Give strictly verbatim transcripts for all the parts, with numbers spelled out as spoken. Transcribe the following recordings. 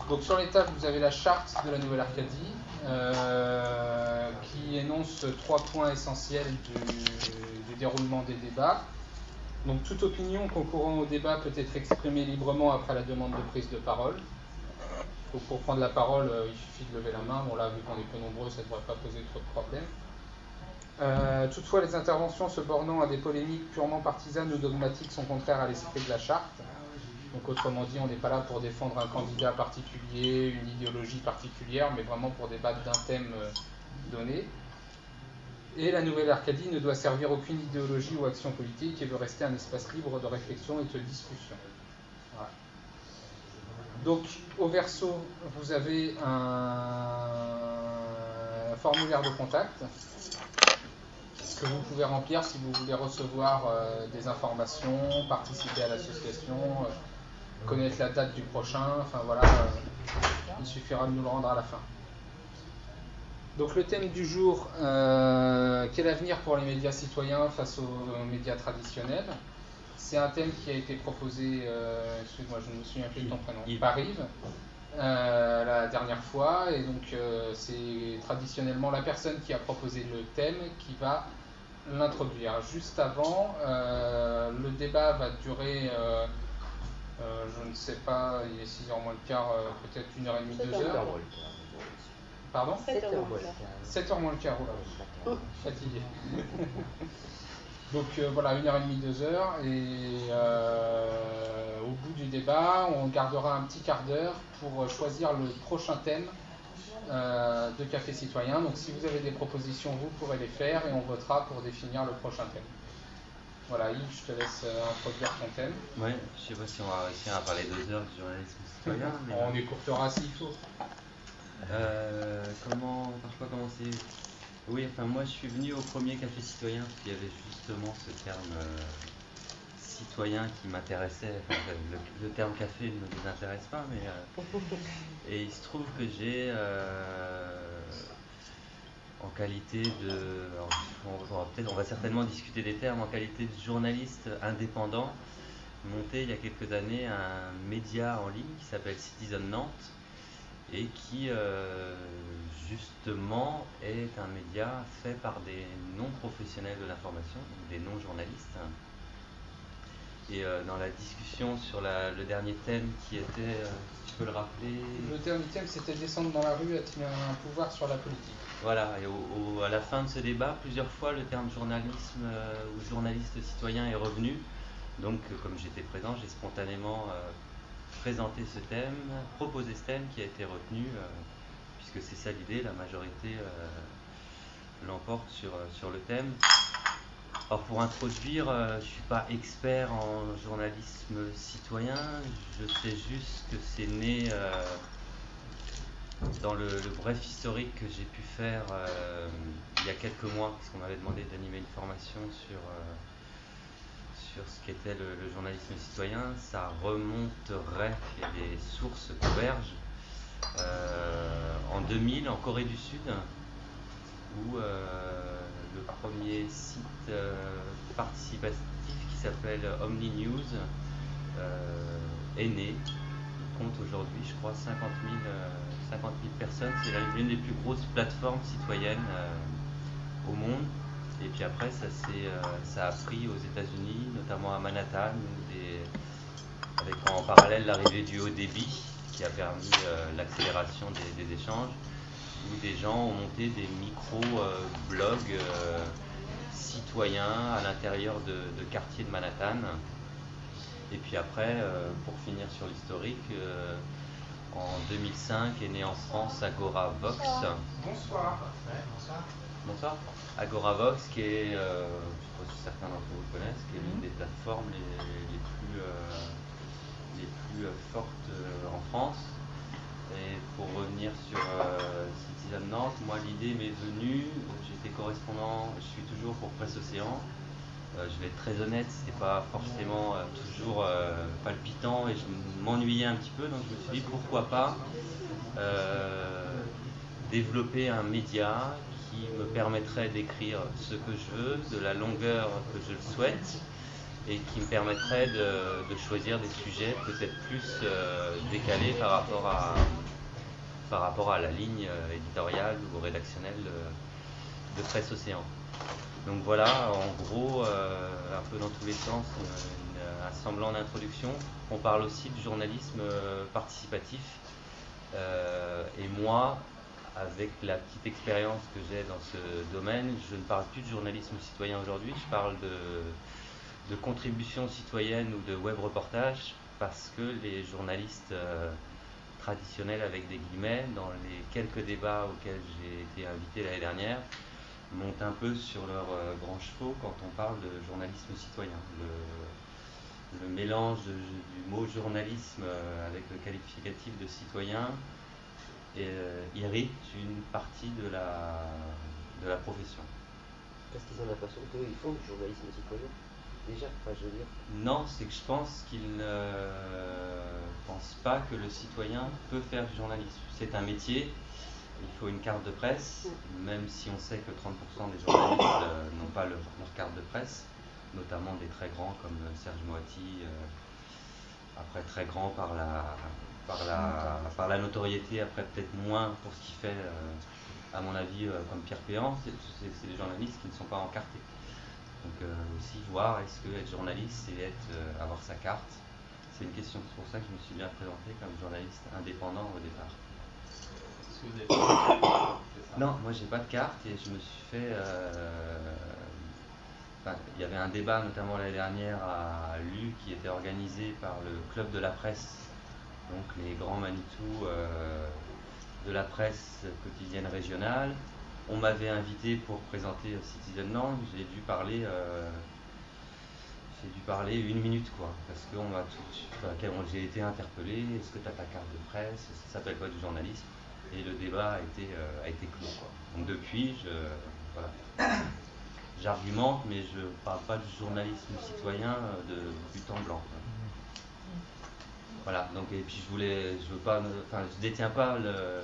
Donc sur les tables, vous avez la charte de la Nouvelle-Arcadie euh, qui énonce trois points essentiels du, du déroulement des débats. Donc toute opinion concourant au débat peut être exprimée librement après la demande de prise de parole. Donc pour prendre la parole, euh, il suffit de lever la main. Bon là, vu qu'on est peu nombreux, ça ne devrait pas poser trop de problèmes. Euh, toutefois, les interventions se bornant à des polémiques purement partisanes ou dogmatiques sont contraires à l'esprit de la charte. Donc autrement dit, on n'est pas là pour défendre un candidat particulier, une idéologie particulière, mais vraiment pour débattre d'un thème euh, donné. Et la Nouvelle-Arcadie ne doit servir aucune idéologie ou action politique et veut rester un espace libre de réflexion et de discussion. Voilà. Donc au verso, vous avez un formulaire de contact que vous pouvez remplir si vous voulez recevoir euh, des informations, participer à l'association, euh, connaître la date du prochain, enfin voilà, euh, il suffira de nous le rendre à la fin. Donc le thème du jour, euh, quel avenir pour les médias citoyens face aux, aux médias traditionnels? C'est un thème qui a été proposé, euh, excuse-moi, je ne me souviens plus de ton prénom, par Yves, euh, la dernière fois, et donc euh, c'est traditionnellement la personne qui a proposé le thème qui va l'introduire. Juste avant, euh, le débat va durer, euh, euh, je ne sais pas, il est six heures moins le quart, euh, peut-être une heure et demie, deux heures. Pardon? sept heures moins le quart. sept heures moins le quart, oula, fatigué. Donc euh, voilà, une heure et demie, deux heures, et euh, au bout du débat, on gardera un petit quart d'heure pour choisir le prochain thème euh, de Café Citoyen. Donc si vous avez des propositions, vous pourrez les faire et on votera pour définir le prochain thème. Voilà, Yves, je te laisse euh, introduire ton thème. Ouais, je sais pas si on va réussir à parler deux heures du journalisme citoyen. Mais... on écourtera s'il faut. Euh, comment, par quoi commencer? Oui, enfin moi je suis venu au premier Café Citoyen parce qu'il y avait justement ce terme euh, citoyen qui m'intéressait. Enfin, le, le terme café ne nous intéresse pas, mais euh, et il se trouve que j'ai euh, en qualité de, alors, on, va peut-être, on va certainement discuter des termes, en qualité de journaliste indépendant, monté il y a quelques années un média en ligne qui s'appelle Citizen Nantes et qui euh, justement est un média fait par des non-professionnels de l'information, des non-journalistes. Et euh, dans la discussion sur la, le dernier thème qui était, euh, tu peux le rappeler? Le dernier thème, c'était descendre dans la rue, être un pouvoir sur la politique. Voilà, et au, au, à la fin de ce débat, plusieurs fois le terme journalisme euh, ou journaliste citoyen est revenu. Donc, euh, comme j'étais présent, j'ai spontanément euh, présenté ce thème, proposé ce thème qui a été retenu, euh, puisque c'est ça l'idée, la majorité euh, l'emporte sur, sur le thème. Alors pour introduire, euh, je ne suis pas expert en journalisme citoyen, je sais juste que c'est né euh, dans le, le bref historique que j'ai pu faire euh, il y a quelques mois, puisqu'on m'avait demandé d'animer une formation sur, euh, sur ce qu'était le, le journalisme citoyen. Ça remonterait, il y a des sources convergent, euh, en deux mille en Corée du Sud, où euh, le premier site euh, participatif qui s'appelle Omni News euh, est né. Il compte aujourd'hui, je crois, cinquante mille personnes. C'est l'une des plus grosses plateformes citoyennes euh, au monde. Et puis après, ça, euh, ça a pris aux États-Unis, notamment à Manhattan, des, avec en parallèle l'arrivée du haut débit qui a permis euh, l'accélération des, des échanges, où des gens ont monté des micro-blogs euh, euh, citoyens à l'intérieur de, de quartiers de Manhattan. Et puis après, euh, pour finir sur l'historique, euh, en deux mille cinq est né en France AgoraVox. Bonsoir. Bonsoir. Bonsoir. AgoraVox, qui est, euh, je ne sais pas si certains d'entre vous le connaissent, qui est l'une des plateformes les, les plus, euh, les plus fortes euh, en France. Et pour revenir sur euh, Citizen Nantes, moi l'idée m'est venue, j'étais correspondant, je suis toujours pour Presse Océan. Euh, je vais être très honnête, c'était pas forcément euh, toujours euh, palpitant et je m'ennuyais un petit peu, donc je me suis dit pourquoi pas euh, développer un média qui me permettrait d'écrire ce que je veux, de la longueur que je le souhaite, et qui me permettrait de, de choisir des sujets peut-être plus euh, décalés par rapport à par rapport à la ligne euh, éditoriale ou rédactionnelle de, de Presse Océan. Donc voilà, en gros, euh, un peu dans tous les sens, une, une, un semblant d'introduction. On parle aussi de journalisme euh, participatif. Euh, et moi, avec la petite expérience que j'ai dans ce domaine, je ne parle plus de journalisme citoyen aujourd'hui, je parle de, de contribution citoyenne ou de web reportage, parce que les journalistes euh, traditionnels, avec des guillemets, dans les quelques débats auxquels j'ai été invité l'année dernière, montent un peu sur leurs euh, grands chevaux quand on parle de journalisme citoyen. Le, le mélange de, du mot journalisme euh, avec le qualificatif de citoyen et, euh, irrite une partie de la, de la profession. Parce qu'ils ont l'impression qu'ils font du journalisme citoyen, déjà, enfin je veux dire. Non, c'est que je pense qu'ils ne pensent pas que le citoyen peut faire du journalisme. C'est un métier, il faut une carte de presse, même si on sait que trente pour cent des journalistes euh, n'ont pas leur, leur carte de presse, notamment des très grands comme Serge Moati, euh, après très grand par la, par, la, par la notoriété, après peut-être moins pour ce qu'il fait, euh, à mon avis, euh, comme Pierre Péan, c'est, c'est, c'est des journalistes qui ne sont pas encartés. Donc euh, aussi voir, est-ce que être journaliste, c'est être, euh, avoir sa carte, c'est une question. C'est pour ça que je me suis bien présenté comme journaliste indépendant au départ. Est-ce que vous avez fait une carte ? Non, moi j'ai pas de carte et je me suis fait... Euh, enfin, il y avait un débat notamment l'année dernière à Lue qui était organisé par le Club de la Presse, donc les grands Manitou euh, de la presse quotidienne régionale. On m'avait invité pour présenter Citizen Land, j'ai dû parler... Euh, j'ai dû parler une minute quoi, parce que on m'a tout de suite, enfin, j'ai été interpellé, est-ce que tu as ta carte de presse, ça s'appelle pas du journalisme, et le débat a été, euh, a été clos quoi. Donc depuis, je, voilà, j'argumente, mais je parle pas du journalisme citoyen de but en blanc. Quoi. Voilà, donc et puis je voulais, je veux pas, enfin je détiens pas le,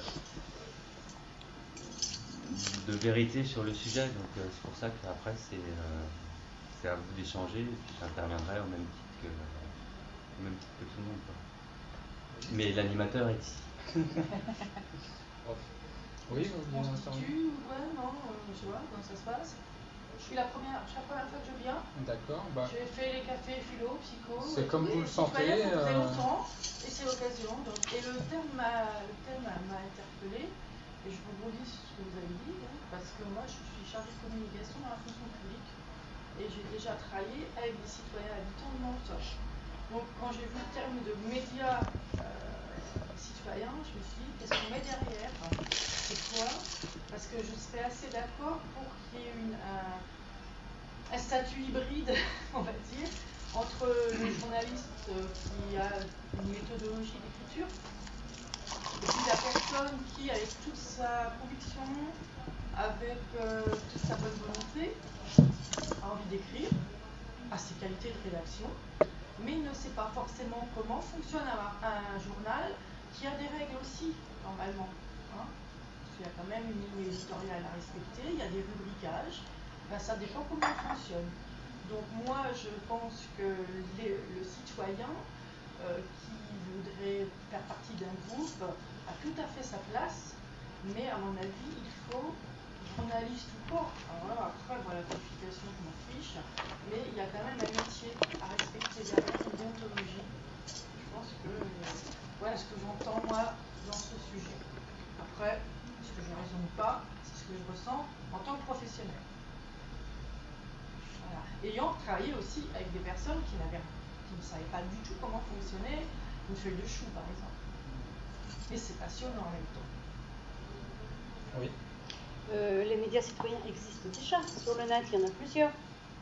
de vérité sur le sujet, donc euh, c'est pour ça qu'après c'est euh, c'est à vous d'échanger, et puis j'interviendrai au même titre que, au même titre que tout le monde. Quoi. Mais l'animateur est ici. Oui, vous On se situe, ouais, non, euh, je vois comment ça se passe. Je suis la première, je suis la première fois que je viens. D'accord. Bah, j'ai fait les cafés philo, psycho. C'est comme oui, vous le sentez. Ça fait euh... longtemps, et c'est l'occasion. Donc, et le thème m'a, le thème m'a interpellé. Et je rebondis sur ce que vous avez dit, hein, parce que moi, je suis chargée de communication dans la fonction publique. Et j'ai déjà travaillé avec des citoyens habitants de Nantes. Donc quand j'ai vu le terme de médias euh, citoyens, je me suis dit, qu'est-ce qu'on met derrière ? C'est quoi ? Parce que je serais assez d'accord pour qu'il y ait une, un, un statut hybride, on va dire, entre le journaliste qui a une méthodologie d'écriture et puis la personne qui, avec toute sa conviction, avec euh, toute sa bonne volonté, a envie d'écrire, a ses qualités de rédaction, mais ne sait pas forcément comment fonctionne un, un journal qui a des règles aussi, normalement. Hein, parce qu'il y a quand même une ligne éditoriale à respecter, il y a des rubriquages, ben, ça dépend comment on fonctionne. Donc moi, je pense que les, le citoyen euh, qui voudrait faire partie d'un groupe a tout à fait sa place, mais à mon avis, il faut journaliste ou pas. Alors là, après, moi, la qualification, je m'en fiche, mais il y a quand même un métier à respecter derrière, une déontologie. Je pense que, euh, voilà ce que j'entends, moi, dans ce sujet. Après, est-ce que j'ai raison ou pas, c'est ce que je ressens en tant que professionnel. Voilà. Ayant travaillé aussi avec des personnes qui, n'avaient, qui ne savaient pas du tout comment fonctionnait une feuille de chou, par exemple. Et c'est passionnant en même temps. Oui. Euh, les médias citoyens existent déjà. Sur le net, il y en a plusieurs.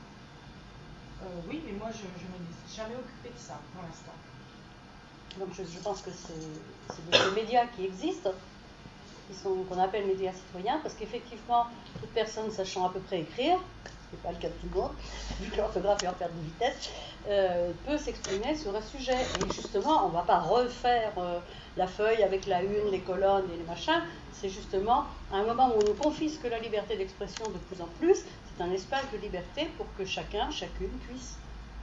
Euh, oui, mais moi, je ne me suis jamais occupée de ça, pour l'instant. Donc, je, je pense que c'est, c'est des médias qui existent, qui sont, qu'on appelle médias citoyens, parce qu'effectivement, toute personne sachant à peu près écrire, ce n'est pas le cas de tout le monde, vu que l'orthographe est en perte de vitesse, euh, peut s'exprimer sur un sujet. Et justement, on ne va pas refaire euh, la feuille avec la une, les colonnes et les machins. C'est justement à un moment où on nous confisque la liberté d'expression de plus en plus, c'est un espace de liberté pour que chacun, chacune puisse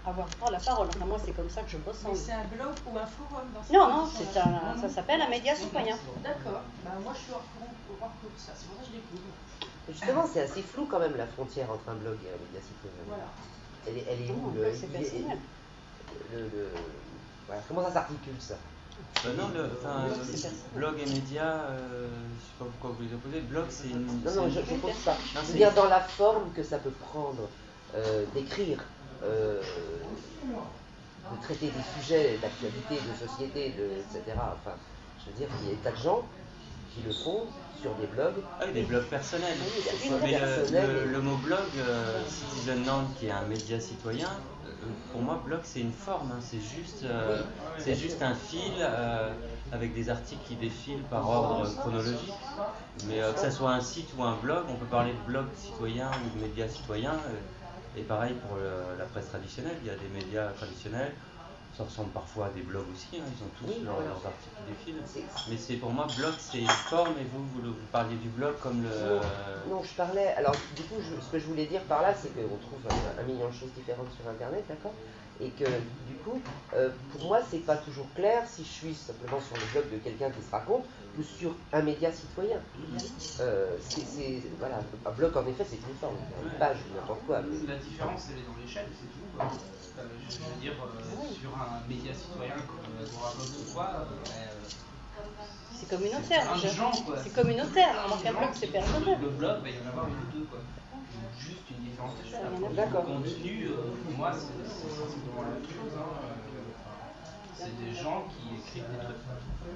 avoir droit à la parole. Enfin, moi, c'est comme ça que je bosse. Mais c'est un blog ou un forum dans cette Non, non, condition-là. c'est un, ça s'appelle un média citoyen. D'accord. Bah, moi, je suis hors cours, hors cours de ça. C'est pour ça que je découvre. Justement, c'est assez flou quand même la frontière entre un blog et un média citoyen. Voilà. Elle est, elle est Non, où un le, blog, c'est il est- personnel. le, le- voilà, comment ça s'articule ça? Euh, non, le, enfin, Blog, euh, c'est personnel. blog et médias, euh, je sais pas pourquoi vous les opposez. Blog, c'est une. Non, c'est non, une- je ne pose pas. Non, Je veux c'est- dire dans la forme que ça peut prendre, euh, d'écrire, euh, de traiter des sujets d'actualité, de société, de, et cetera. Enfin, je veux dire, il y a des tas de gens qui le font sur des blogs. Ah oui, des blogs personnels. Oui, des blogs Mais le, personnels le- et- le mot blog, euh, Citizen Nantes, qui est un média citoyen, euh, pour moi, blog, c'est une forme. hein. C'est juste, euh, Oui. c'est juste un fil euh, avec des articles qui défilent par ordre chronologique. Mais euh, que ça soit un site ou un blog, on peut parler de blog citoyen ou de média citoyen. euh, et pareil pour le- la presse traditionnelle, il y a des médias traditionnels. Ça ressemble parfois à des blogs aussi, hein, ils ont tous Oui, leurs, voilà. leurs articles qui défilent. C'est- Mais c'est pour moi, blog, c'est une forme, et vous, vous, le- vous parliez du blog comme le... Non, je parlais. Alors, du coup, je- ce que je voulais dire par là, c'est qu'on trouve un, un million de choses différentes sur Internet, d'accord? Et que, du coup, euh, pour moi, c'est pas toujours clair si je suis simplement sur le blog de quelqu'un qui se raconte ou sur un média citoyen. Euh, c'est, c'est- voilà, un blog, en effet, c'est une forme, une page, n'importe quoi. mais- La différence, elle est dans l'échelle, c'est tout. quoi. Euh, je veux dire, euh, sur un média citoyen comme Agoravox ou quoi, euh, C'est communautaire. plein de déjà. gens, quoi. C'est communautaire, plein alors de qu'un gens blog, qui- c'est personnel. Le blog, bah, il va y en avoir une ou deux, quoi. Juste une différence d'échelle. Ça, il y en a Après, D'accord. le contenu, euh, pour moi, c'est c'est sensiblement la même chose. hein. Euh, C'est des gens qui écrivent des trucs.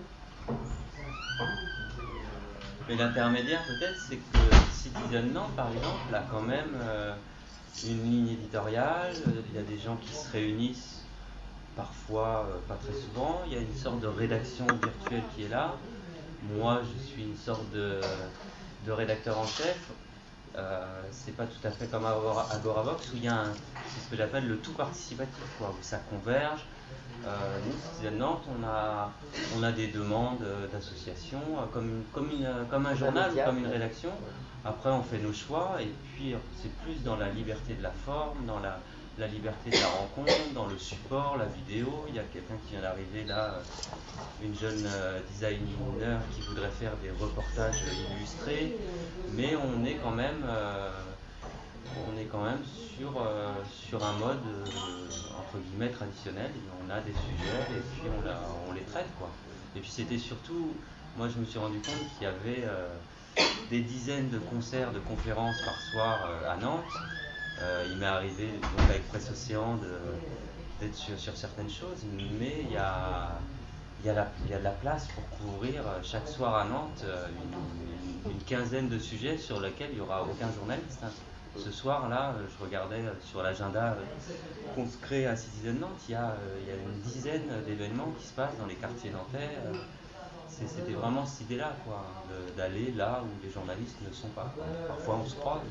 Mais l'intermédiaire, peut-être, c'est que Citizen Nantes, par exemple, a quand même euh, une ligne éditoriale. euh, Il y a des gens qui se réunissent, parfois, euh, pas très souvent. Il y a une sorte de rédaction virtuelle qui est là. Moi, je suis une sorte de, de rédacteur en chef. Euh, c'est pas tout à fait comme Agora- Agoravox où il y a un, c'est ce que j'appelle le tout participatif, quoi, où ça converge. Euh, nous, Citizen Nantes, on a, on a des demandes euh, d'associations, euh, comme, une- comme, une, euh, comme un journal ou comme une rédaction. Après, on fait nos choix, et puis euh, c'est plus dans la liberté de la forme, dans la, la liberté de la rencontre, dans le support, la vidéo. Il y a quelqu'un qui vient d'arriver là, euh, une jeune euh, designer qui voudrait faire des reportages illustrés, mais on est quand même, euh, on est quand même sur, euh, sur un mode euh, entre guillemets traditionnel. Et on a des sujets et puis on, la- on les traite, quoi. Et puis c'était surtout, moi je me suis rendu compte qu'il y avait euh, des dizaines de concerts, de conférences par soir euh, à Nantes. Euh, il m'est arrivé donc avec Presse Océan de- d'être sur, sur certaines choses, mais il y a, il y a la, il y a de la place pour couvrir euh, chaque soir à Nantes euh, une, une- une quinzaine de sujets sur lesquels il n'y aura aucun journaliste. hein. Ce soir-là, euh, je regardais euh, sur l'agenda euh, qu'on se crée à Citizen Nantes, il y, a, euh, il y a une dizaine d'événements qui se passent dans les quartiers nantais. euh, c'est- C'était vraiment cette idée-là, quoi, de- d'aller là où les journalistes ne sont pas. quoi. Parfois on se croise.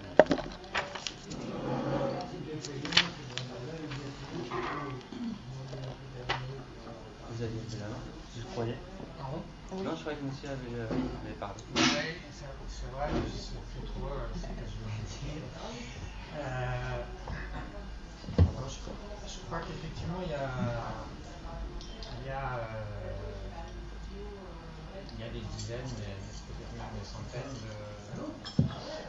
Vous aviez levé la main, je croyais. Pardon? Non, je croyais que monsieur avait, euh, avait parlé. Oui, c'est c'est vrai, je ne sais plus trop euh, ce que je voulais dire. Euh, alors, je, je crois qu'effectivement, il y a, il y, a, euh, il y a des dizaines, mais peut-être même des centaines de, de,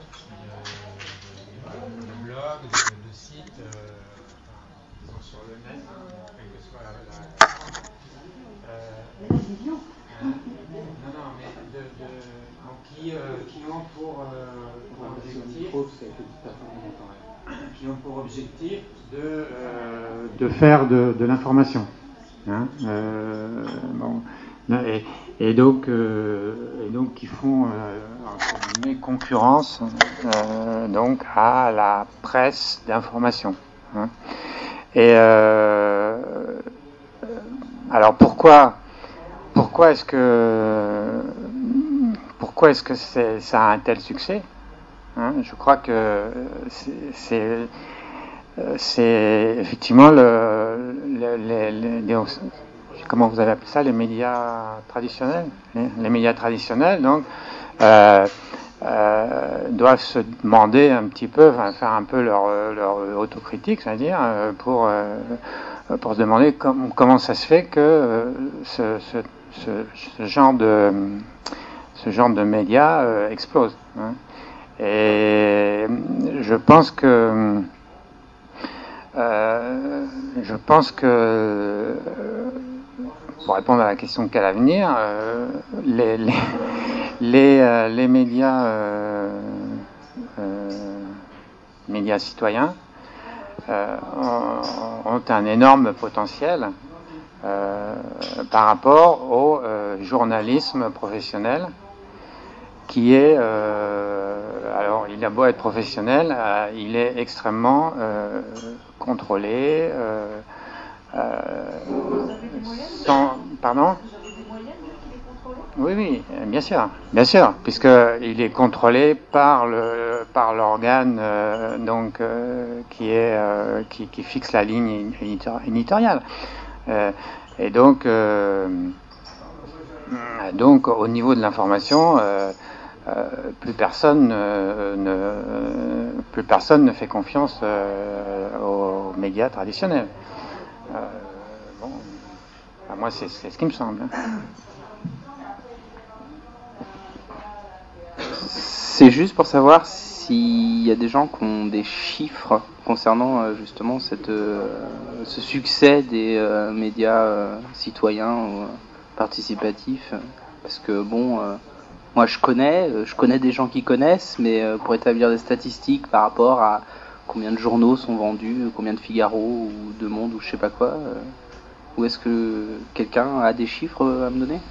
de, de, de blogs, de, de sites, euh, enfin, disons sur le net, hein, quelle que soit la. la euh, Euh, non, non, mais de, de, bon, qui, euh, qui ont pour, euh, pour objectif, qui ont pour objectif de, euh, de faire de, de l'information. Hein, euh, bon, et, et donc, euh, et donc, qui font euh, entre guillemets, concurrence euh, donc à la presse d'information. Hein. Et euh, alors pourquoi? Pourquoi est-ce que pourquoi est-ce que c'est, ça a un tel succès hein? Je crois que c'est, c'est, c'est effectivement le, le, les, les, les, comment vous avez appelé ça, les médias traditionnels, les, les médias traditionnels donc euh, euh, doivent se demander un petit peu, enfin, faire un peu leur, leur autocritique, c'est-à-dire pour, euh, pour se demander com- comment ça se fait que euh, ce, ce, ce, ce genre de ce genre de médias euh, explose. Hein. Et je pense que euh, je pense que pour répondre à la question de quel avenir, euh, les, les, les, euh, les médias, euh, euh, médias citoyens euh, ont, ont un énorme potentiel euh, par rapport au euh, journalisme professionnel qui est, euh, alors il a beau être professionnel, euh, il est extrêmement euh, contrôlé. Euh, Euh, sans, pardon ? Oui, oui, bien sûr, bien sûr, puisqu'il est contrôlé par le par l'organe euh, donc euh, qui est euh, qui, qui fixe la ligne éditoriale. Euh, et donc euh, donc au niveau de l'information, euh, euh, plus personne euh, ne plus personne ne fait confiance euh, aux médias traditionnels. Euh, bon, enfin, moi c'est, c'est ce qui me semble. C'est juste pour savoir s'il y a des gens qui ont des chiffres concernant euh, justement cette, euh, ce succès des euh, médias euh, citoyens ou euh, participatifs. Parce que bon, euh, moi je connais, euh, je connais des gens qui connaissent, mais euh, pour établir des statistiques par rapport à combien de journaux sont vendus, combien de Figaro ou de Monde ou je sais pas quoi. Euh, ou est-ce que quelqu'un a des chiffres à me donner ?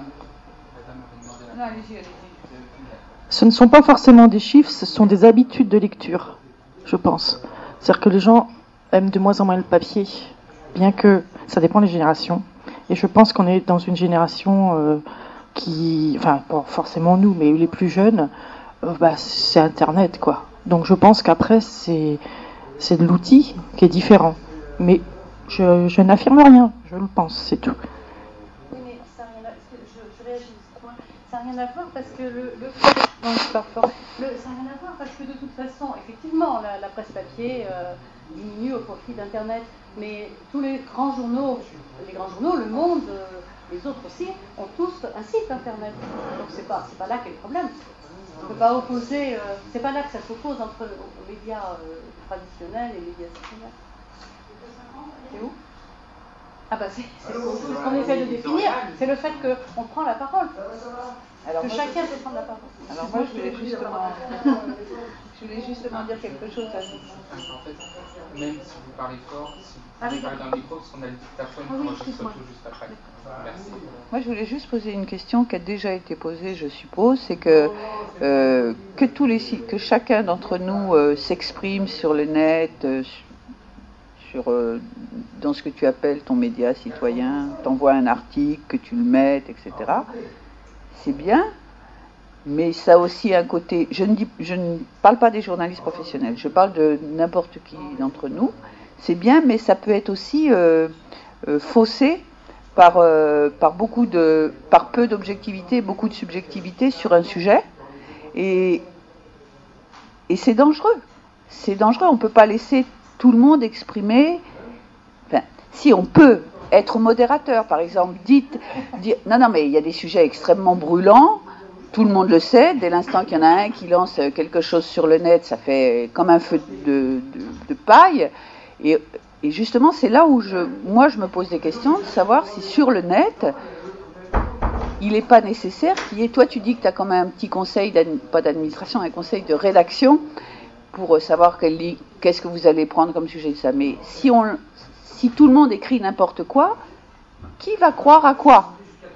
Ce ne sont pas forcément des chiffres, ce sont des habitudes de lecture, je pense. C'est-à-dire que les gens aiment de moins en moins le papier, bien que ça dépend des générations. Et je pense qu'on est dans une génération euh, qui, enfin, pas forcément nous, mais les plus jeunes, euh, bah, c'est Internet, quoi. Donc je pense qu'après, c'est, c'est de l'outil qui est différent. Mais je, je n'affirme rien, je le pense, c'est tout. Oui, mais ça n'a rien à, je, je réagis à ce point. Ça n'a rien à voir parce que le, le, non, parfois, le ça n'a rien à voir parce que de toute façon, effectivement, la, la presse papier euh, diminue au profit d'Internet. Mais tous les grands journaux, les grands journaux, Le Monde, euh, les autres aussi, ont tous un site Internet. Donc c'est pas, c'est pas là qu'est le problème. On ne peut pas opposer, euh, c'est pas là que ça s'oppose entre les médias euh, traditionnels et les médias citoyens. C'est où ? Ah bah c'est, c'est ce qu'on essaie de définir, c'est le fait qu'on prend la parole. Alors que chacun peut prendre la parole. Alors moi je voulais justement, je voulais justement dire quelque chose à vous. En fait, même si vous parlez fort, si vous ah, oui, parlez dans le micro, parce qu'on a le dictaphone ah, qui oui, enregistre tout juste après. Merci. Moi je voulais juste poser une question qui a déjà été posée, je suppose, c'est que euh, que tous les que chacun d'entre nous euh, s'exprime sur le net. Euh, Sur, euh, dans ce que tu appelles ton média citoyen, t'envoies un article, que tu le mettes, et cetera. C'est bien, mais ça a aussi un côté... Je ne, dis, je ne parle pas des journalistes professionnels, je parle de n'importe qui d'entre nous. C'est bien, mais ça peut être aussi euh, euh, faussé par, euh, par, beaucoup de, par peu d'objectivité, beaucoup de subjectivité sur un sujet. Et, et c'est dangereux. C'est dangereux, on ne peut pas laisser tout le monde exprimer, enfin, si on peut être modérateur, par exemple, dites, dire, non, non, mais il y a des sujets extrêmement brûlants, tout le monde le sait, dès l'instant qu'il y en a un qui lance quelque chose sur le net, ça fait comme un feu de, de, de paille, et, et justement, c'est là où je, moi, je me pose des questions, de savoir si sur le net, il n'est pas nécessaire qu'il y ait, toi tu dis que tu as quand même un petit conseil, pas d'administration, un conseil de rédaction, pour savoir quel, qu'est-ce que vous allez prendre comme sujet de ça. Mais si, on, si tout le monde écrit n'importe quoi, qui va croire à quoi ?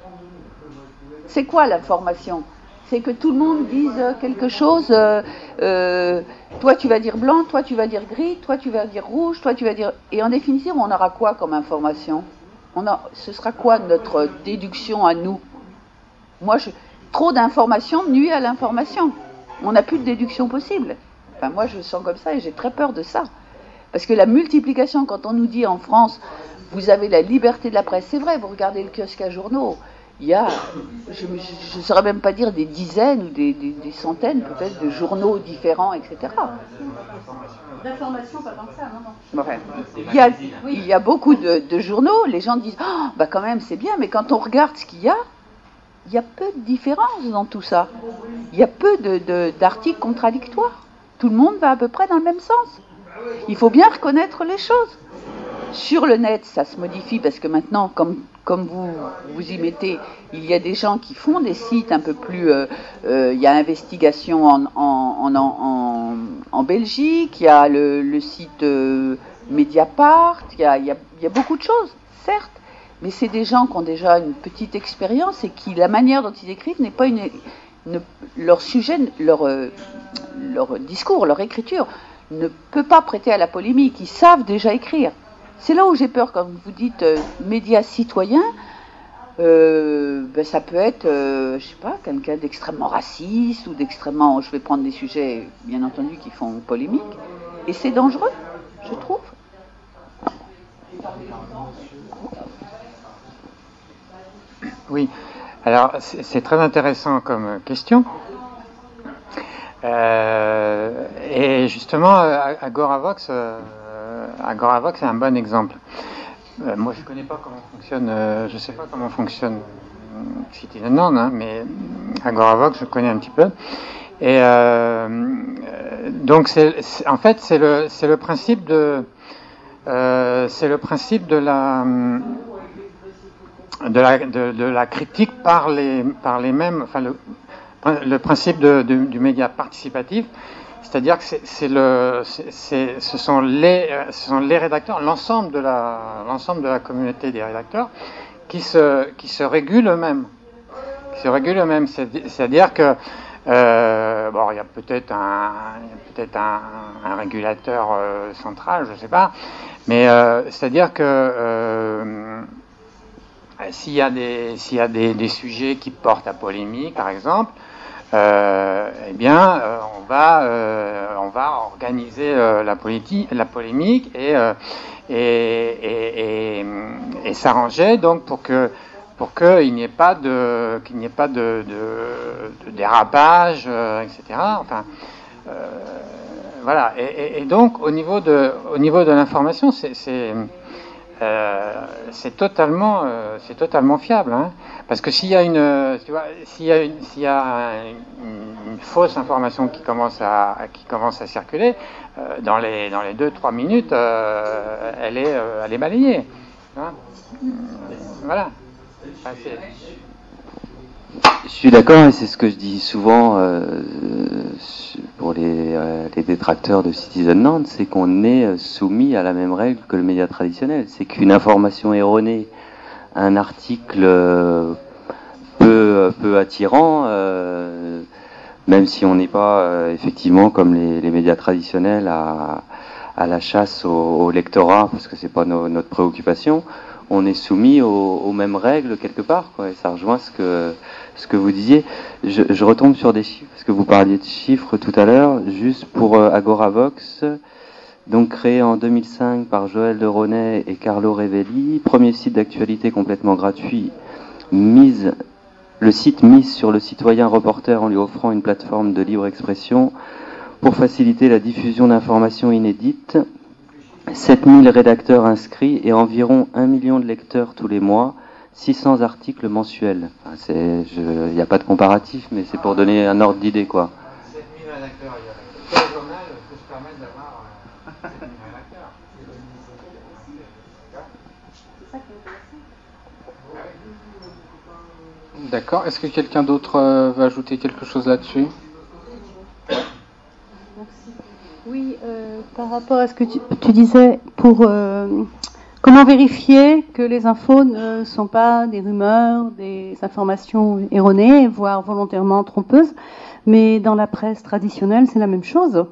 C'est quoi l'information ? C'est que tout le monde dise quelque chose, euh, euh, toi tu vas dire blanc, toi tu vas dire gris, toi tu vas dire rouge, toi tu vas dire... Et en définitive, on aura quoi comme information ? on a, Ce sera quoi notre déduction à nous ? Moi, je, trop d'informations nuit à l'information. On n'a plus de déduction possible. Enfin, moi, je le sens comme ça et j'ai très peur de ça. Parce que la multiplication, quand on nous dit en France, vous avez la liberté de la presse, c'est vrai, vous regardez le kiosque à journaux, il y a, je ne saurais même pas dire des dizaines ou des, des, des centaines peut-être de journaux différents, et cetera. D'informations, pas tant que ça, non, non. Enfin, il, y a, il y a beaucoup de, de journaux, les gens disent oh, bah quand même c'est bien, mais quand on regarde ce qu'il y a, il y a peu de différences dans tout ça. Il y a peu de, de, d'articles contradictoires. Tout le monde va à peu près dans le même sens. Il faut bien reconnaître les choses. Sur le net, ça se modifie parce que maintenant, comme, comme vous vous y mettez, il y a des gens qui font des sites un peu plus... Euh, euh, il y a Investigation en, en, en, en, en Belgique, il y a le, le site euh, Mediapart, il y a, il, y a, il y a beaucoup de choses, certes, mais c'est des gens qui ont déjà une petite expérience et qui, la manière dont ils écrivent n'est pas une... Ne, leur sujet, leur, euh, leur discours, leur écriture ne peut pas prêter à la polémique. Ils savent déjà écrire. C'est là où j'ai peur quand vous dites euh, médias citoyens. Euh, ben ça peut être, euh, je sais pas, quelqu'un d'extrêmement raciste ou d'extrêmement. Je vais prendre des sujets, bien entendu, qui font polémique. Et c'est dangereux, je trouve. Oui. Alors, c'est, c'est très intéressant comme question. Euh, et justement, Agoravox, euh, Agoravox est un bon exemple. Euh, moi, je ne connais pas comment fonctionne, euh, je ne sais pas comment fonctionne Citizenland, hein, mais Agoravox, je connais un petit peu. Et euh, donc, c'est, c'est, en fait, c'est le, c'est le principe de, euh, c'est le principe de la. De la, de, de la critique par les, par les mêmes, enfin le, le principe de, de, du média participatif, c'est-à-dire que c'est, c'est le, c'est, c'est, ce sont les, ce sont les rédacteurs, l'ensemble de la, l'ensemble de la communauté des rédacteurs qui se, qui se régulent eux-mêmes, qui se régulent eux-mêmes, c'est, c'est-à-dire que euh, bon, il y a peut-être un, il y a peut-être un, un régulateur euh, central, je sais pas, mais euh, c'est-à-dire que euh, S'il y a, des, s'il y a des, des sujets qui portent à polémique, par exemple, euh, eh bien, euh, on va, euh, on va organiser euh, la, politi- la polémique et, euh, et, et, et, et s'arranger donc pour que, pour qu'il n'y ait pas de, qu'il n'y ait pas de, de, de dérapage, euh, et cetera. Enfin, euh, voilà. Et, et, et donc, au niveau de, au niveau de l'information, c'est, c'est Euh, c'est totalement, euh, c'est totalement fiable, hein, parce que s'il y a une, tu vois, s'il y a une, s'il y a une, une fausse information qui commence à, qui commence à circuler, euh, dans les, dans les deux, trois minutes, euh, elle est, euh, elle est balayée, hein. Voilà. Enfin, c'est... Je suis d'accord, et c'est ce que je dis souvent euh, pour les, euh, les détracteurs de Citizenland, c'est qu'on est soumis à la même règle que le média traditionnel. C'est qu'une information erronée, un article euh, peu, peu attirant, euh, même si on n'est pas euh, effectivement comme les, les médias traditionnels à, à la chasse au, au lectorat, parce que c'est pas no, notre préoccupation, on est soumis aux, aux mêmes règles quelque part, quoi, et ça rejoint ce que, ce que vous disiez. Je, je retombe sur des chiffres, parce que vous parliez de chiffres tout à l'heure, juste pour euh, Agoravox, donc créé en deux mille cinq par Joël de Ronet et Carlo Revelli, premier site d'actualité complètement gratuit, mise, le site mise sur le citoyen reporter en lui offrant une plateforme de libre expression pour faciliter la diffusion d'informations inédites. sept mille rédacteurs inscrits et environ un million de lecteurs tous les mois, six cents articles mensuels. Enfin, c'est, il n'y a pas de comparatif, mais c'est pour donner un ordre d'idée, quoi. sept mille rédacteurs, il y a quel journal peut se permettre d'avoir sept mille rédacteurs? D'accord. Est-ce que quelqu'un d'autre euh, va ajouter quelque chose là-dessus? Oui, euh, par rapport à ce que tu, tu disais, pour euh, comment vérifier que les infos ne sont pas des rumeurs, des informations erronées, voire volontairement trompeuses, mais dans la presse traditionnelle, c'est la même chose.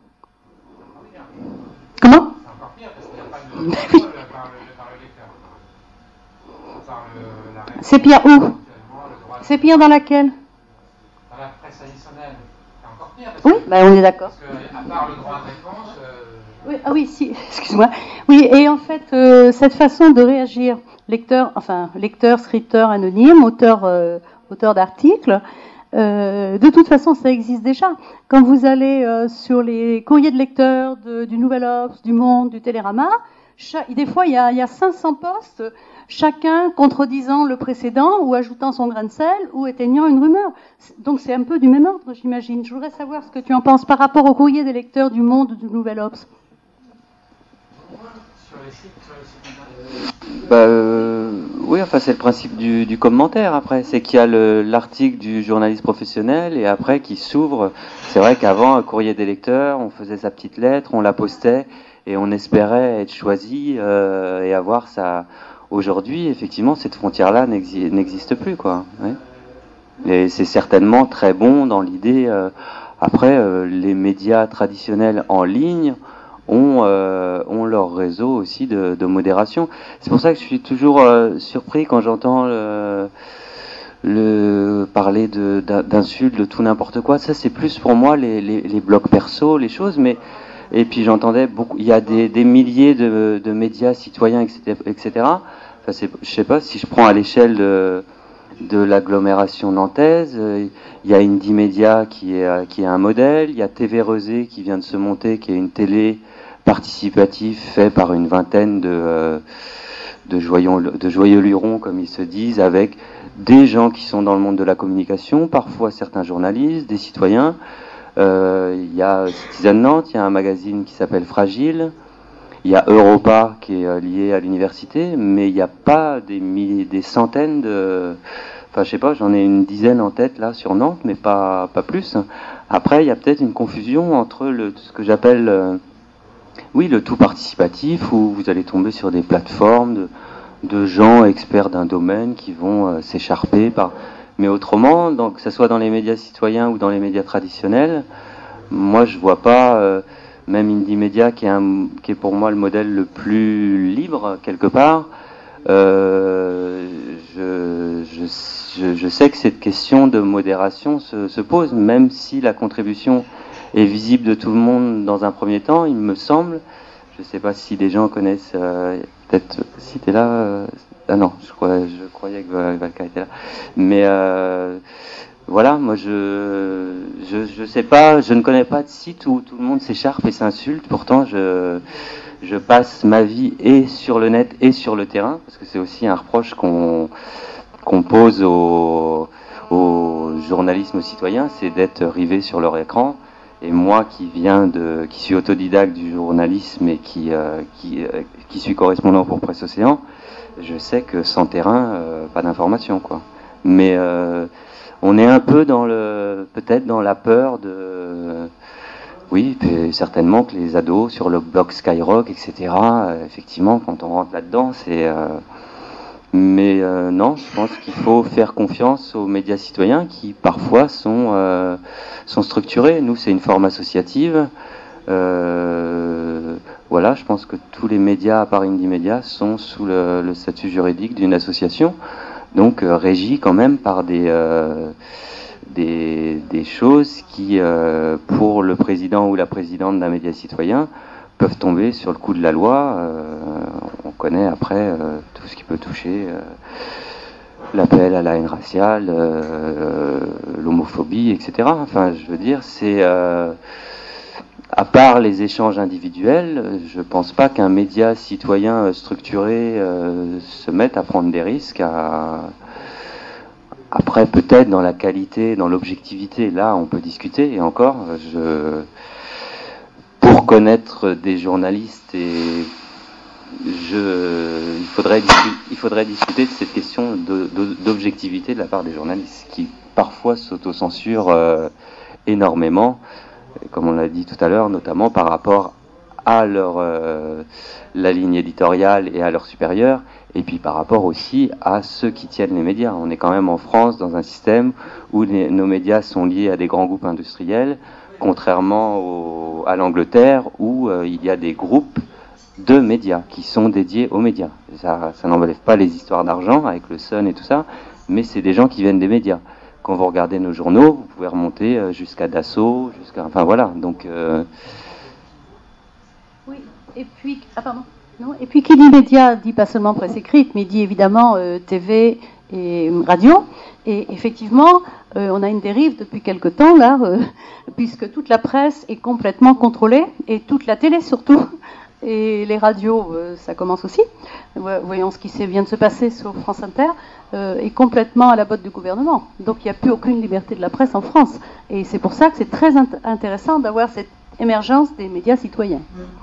Comment? C'est encore pire parce qu'il n'y a pas de contrôle par le, par le lecteur. Par le, la règle. C'est pire où? C'est pire dans laquelle? Dans la presse traditionnelle. C'est encore pire. Parce Oui, que, bah on est d'accord. Parce que, à part le droit de réponse, euh, Oui, ah oui, si, excuse-moi. Oui, et en fait, euh, cette façon de réagir, lecteur, enfin, lecteur, scripteur anonyme, auteur, euh, auteur d'articles, euh, de toute façon, ça existe déjà. Quand vous allez euh, sur les courriers de lecteurs de, du Nouvel Obs, du Monde, du Télérama, chaque, des fois, il y, a, il y a cinq cents postes, chacun contredisant le précédent ou ajoutant son grain de sel ou éteignant une rumeur. Donc c'est un peu du même ordre, j'imagine. Je voudrais savoir ce que tu en penses par rapport au courrier des lecteurs du Monde, du Nouvel Obs. Bah, euh, oui, enfin c'est le principe du, du commentaire après, c'est qu'il y a le, l'article du journaliste professionnel et après qui s'ouvre. C'est vrai qu'avant, un courrier des lecteurs, on faisait sa petite lettre, on la postait et on espérait être choisi euh, et avoir sa... Aujourd'hui, effectivement, cette frontière-là n'exi- n'existe plus, quoi. Ouais. Et c'est certainement très bon dans l'idée. Euh, après, euh, les médias traditionnels en ligne ont, euh, ont leur réseau aussi de, de modération. C'est pour ça que je suis toujours euh, surpris quand j'entends le, le parler de, d'insultes, de tout n'importe quoi. Ça, c'est plus pour moi les, les, les blogs perso, les choses. Mais et puis j'entendais beaucoup. Il y a des, des milliers de, de médias citoyens, et cetera, et cetera. Enfin, c'est, je sais pas si je prends à l'échelle de de l'agglomération nantaise, il y a Indie Média qui est qui est un modèle, il y a T V Rezé qui vient de se monter, qui est une télé participative faite par une vingtaine de euh, de joyeux de joyeux lurons comme ils se disent, avec des gens qui sont dans le monde de la communication, parfois certains journalistes, des citoyens. Euh, il y a Citizen Nantes, il y a un magazine qui s'appelle Fragile. Il y a Europa qui est lié à l'université, mais il n'y a pas des, milliers, des centaines de... Enfin, je sais pas, j'en ai une dizaine en tête là sur Nantes, mais pas, pas plus. Après, il y a peut-être une confusion entre le, ce que j'appelle, euh, oui, le tout participatif, où vous allez tomber sur des plateformes de, de gens experts d'un domaine qui vont euh, s'écharper par... Mais autrement, donc, que ce soit dans les médias citoyens ou dans les médias traditionnels, moi, je vois pas... Euh, même Indie Média, qui est, un, qui est pour moi le modèle le plus libre, quelque part, euh, je, je, je, je sais que cette question de modération se, se pose, même si la contribution est visible de tout le monde dans un premier temps, il me semble. Je ne sais pas si des gens connaissent, euh, peut-être, si tu es là, euh, ah non, je croyais, je croyais que Valka était là, mais... Euh, Voilà, moi je, je je sais pas, je ne connais pas de site où tout le monde s'écharpe et s'insulte. Pourtant, je je passe ma vie et sur le net et sur le terrain, parce que c'est aussi un reproche qu'on qu'on pose au au journalisme citoyen, c'est d'être rivé sur leur écran. Et moi, qui viens de, qui suis autodidacte du journalisme et qui euh, qui euh, qui suis correspondant pour Presse Océan, je sais que sans terrain, euh, pas d'information, quoi. Mais euh, on est un peu dans le, peut-être dans la peur de, oui, certainement que les ados sur le blog Skyrock, et cetera. Euh, effectivement, quand on rentre là-dedans, c'est. Euh, mais euh, non, je pense qu'il faut faire confiance aux médias citoyens qui parfois sont euh, sont structurés. Nous, c'est une forme associative. Euh, voilà, je pense que tous les médias, à part Indie Média, sont sous le, le statut juridique d'une association. Donc euh, régi quand même par des, euh, des, des choses qui, euh, pour le président ou la présidente d'un média citoyen, peuvent tomber sur le coup de la loi. Euh, on connaît après euh, tout ce qui peut toucher euh, l'appel à la haine raciale, euh, l'homophobie, et cetera. Enfin, je veux dire, c'est... Euh, à part les échanges individuels, je pense pas qu'un média citoyen structuré euh, se mette à prendre des risques. À... Après, peut-être dans la qualité, dans l'objectivité, là, on peut discuter. Et encore, je... pour connaître des journalistes, et je... il faudrait discu... il faudrait discuter de cette question de, de, d'objectivité de la part des journalistes, qui parfois s'autocensurent euh, énormément. Comme on l'a dit tout à l'heure, notamment par rapport à leur euh, la ligne éditoriale et à leurs supérieurs, et puis par rapport aussi à ceux qui tiennent les médias. On est quand même en France dans un système où les, nos médias sont liés à des grands groupes industriels, contrairement au, à l'Angleterre où euh, il y a des groupes de médias qui sont dédiés aux médias. Ça, ça n'enlève pas les histoires d'argent avec le Sun et tout ça, mais c'est des gens qui viennent des médias. Quand vous regardez nos journaux, vous pouvez remonter jusqu'à Dassault, jusqu'à, enfin voilà. Donc, euh... oui, et puis, ah pardon, non, et puis qui dit média dit pas seulement presse écrite, mais dit évidemment euh, T V et radio. Et effectivement, euh, on a une dérive depuis quelque temps là, euh, puisque toute la presse est complètement contrôlée et toute la télé surtout. Et les radios, euh, ça commence aussi. Voyons ce qui vient de se passer sur France Inter, euh, est complètement à la botte du gouvernement. Donc il n'y a plus aucune liberté de la presse en France. Et c'est pour ça que c'est très int- intéressant d'avoir cette émergence des médias citoyens.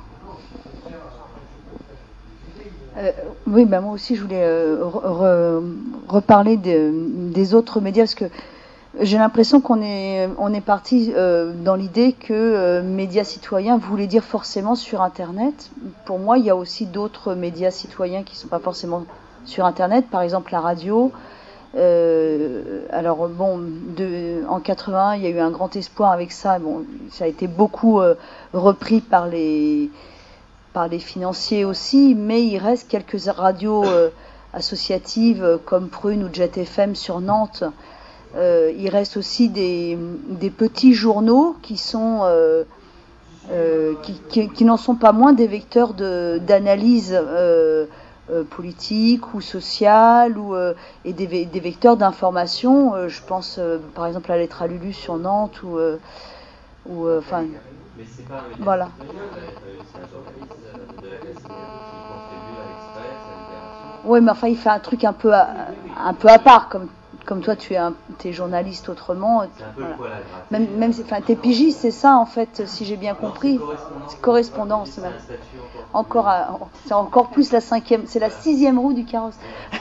Euh, oui, bah moi aussi je voulais euh, re- reparler de, des autres médias, parce que j'ai l'impression qu'on est, on est parti euh, dans l'idée que euh, médias citoyens voulait dire forcément sur Internet. Pour moi, il y a aussi d'autres médias citoyens qui ne sont pas forcément sur Internet, par exemple la radio. Euh, alors bon, de, en quatre-vingt-un, il y a eu un grand espoir avec ça. Bon, ça a été beaucoup euh, repris par les, par les financiers aussi, mais il reste quelques radios euh, associatives euh, comme Prune ou Jet F M sur Nantes. Euh, il reste aussi des, des petits journaux qui sont euh, euh, qui, qui, qui n'en sont pas moins des vecteurs de, d'analyse euh, euh, politique ou sociale ou euh, et des, des vecteurs d'information. Euh, je pense euh, par exemple à Lettre à Lulu sur Nantes ou euh, ou enfin mais c'est pas un voilà. C'est un journaliste de la classe qui contribue à l'Express, à Libération. Oui, mais enfin il fait un truc un peu à, un peu à part comme Comme toi, tu es, un, t'es journaliste autrement. C'est un peu voilà. le poil à Même, même, enfin, t'es pigiste, c'est ça en fait, si j'ai bien compris. Non, c'est correspondance. C'est correspondance. C'est, encore, à, c'est encore plus la cinquième, c'est la sixième roue du carrosse.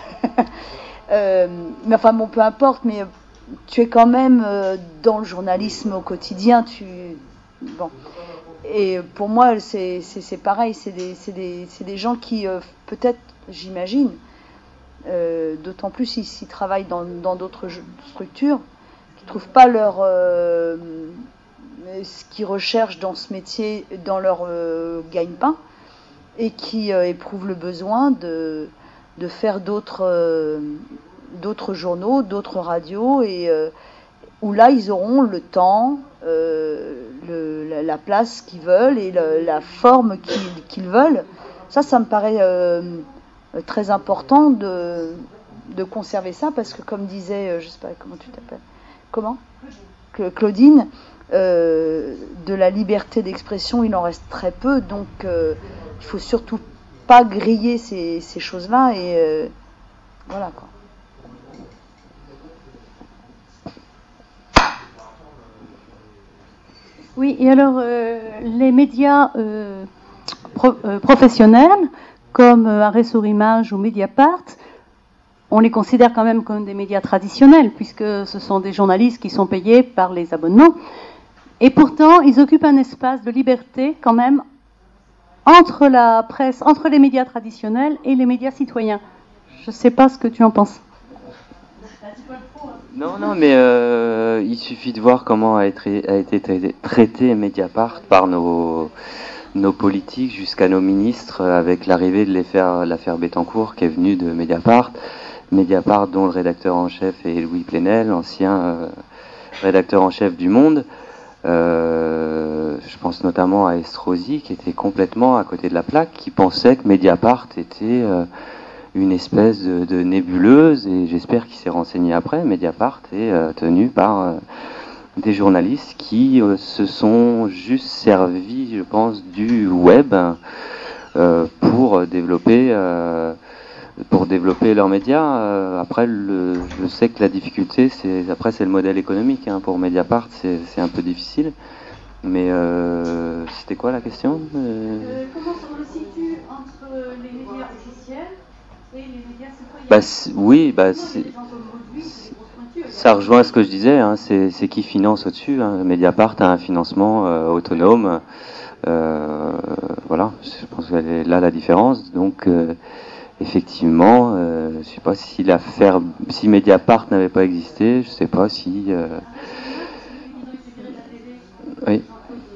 euh, mais enfin bon, peu importe. Mais tu es quand même euh, dans le journalisme au quotidien. Tu bon. Et pour moi, c'est, c'est, c'est pareil. C'est des, c'est des, c'est des gens qui euh, peut-être, j'imagine. Euh, d'autant plus s'ils, s'ils travaillent dans, dans d'autres structures, qui ne trouvent pas leur, euh, ce qu'ils recherchent dans ce métier, dans leur euh, gagne-pain, et qui euh, éprouvent le besoin de, de faire d'autres, euh, d'autres journaux, d'autres radios, et euh, où là ils auront le temps, euh, le, la, la place qu'ils veulent et le, la forme qu'ils, qu'ils veulent. Ça, ça me paraît... Euh, très important de, de conserver ça, parce que comme disait, je sais pas comment tu t'appelles, comment Claudine, euh, de la liberté d'expression il en reste très peu, donc euh, il faut surtout pas griller ces, ces choses-là, et euh, voilà quoi. Oui, et alors euh, les médias euh, pro, euh, professionnels comme Arrêt sur Image ou Mediapart, on les considère quand même comme des médias traditionnels, puisque ce sont des journalistes qui sont payés par les abonnements. Et pourtant, ils occupent un espace de liberté quand même entre la presse, entre les médias traditionnels et les médias citoyens. Je ne sais pas ce que tu en penses. Non, non, mais euh, il suffit de voir comment a été, a été traité, traité Mediapart par nos... nos politiques jusqu'à nos ministres, avec l'arrivée de l'affaire, l'affaire Bettencourt qui est venue de Mediapart. Mediapart dont le rédacteur en chef est Louis Plenel, ancien euh, rédacteur en chef du Monde. Euh, je pense notamment à Estrosi qui était complètement à côté de la plaque, qui pensait que Mediapart était euh, une espèce de, de nébuleuse, et j'espère qu'il s'est renseigné après. Mediapart est euh, tenu par... Euh, des journalistes qui euh, se sont juste servis, je pense, du web euh, pour développer euh, pour développer leurs médias. Euh, après, le, je sais que la difficulté, c'est après c'est le modèle économique. Hein, pour Mediapart, c'est, c'est un peu difficile. Mais euh, c'était quoi la question euh... Euh, Comment on le situe entre les médias officiels et les médias citoyens? Bah, c'est, oui, bah c'est. Ça rejoint ce que je disais, hein, c'est, c'est qui finance au-dessus. Hein. Mediapart a un financement euh, autonome. Euh, voilà, je pense qu'elle est là la différence. Donc, euh, effectivement, euh, je ne sais pas si l'affaire, si Mediapart n'avait pas existé, je ne sais pas si. Euh... Oui.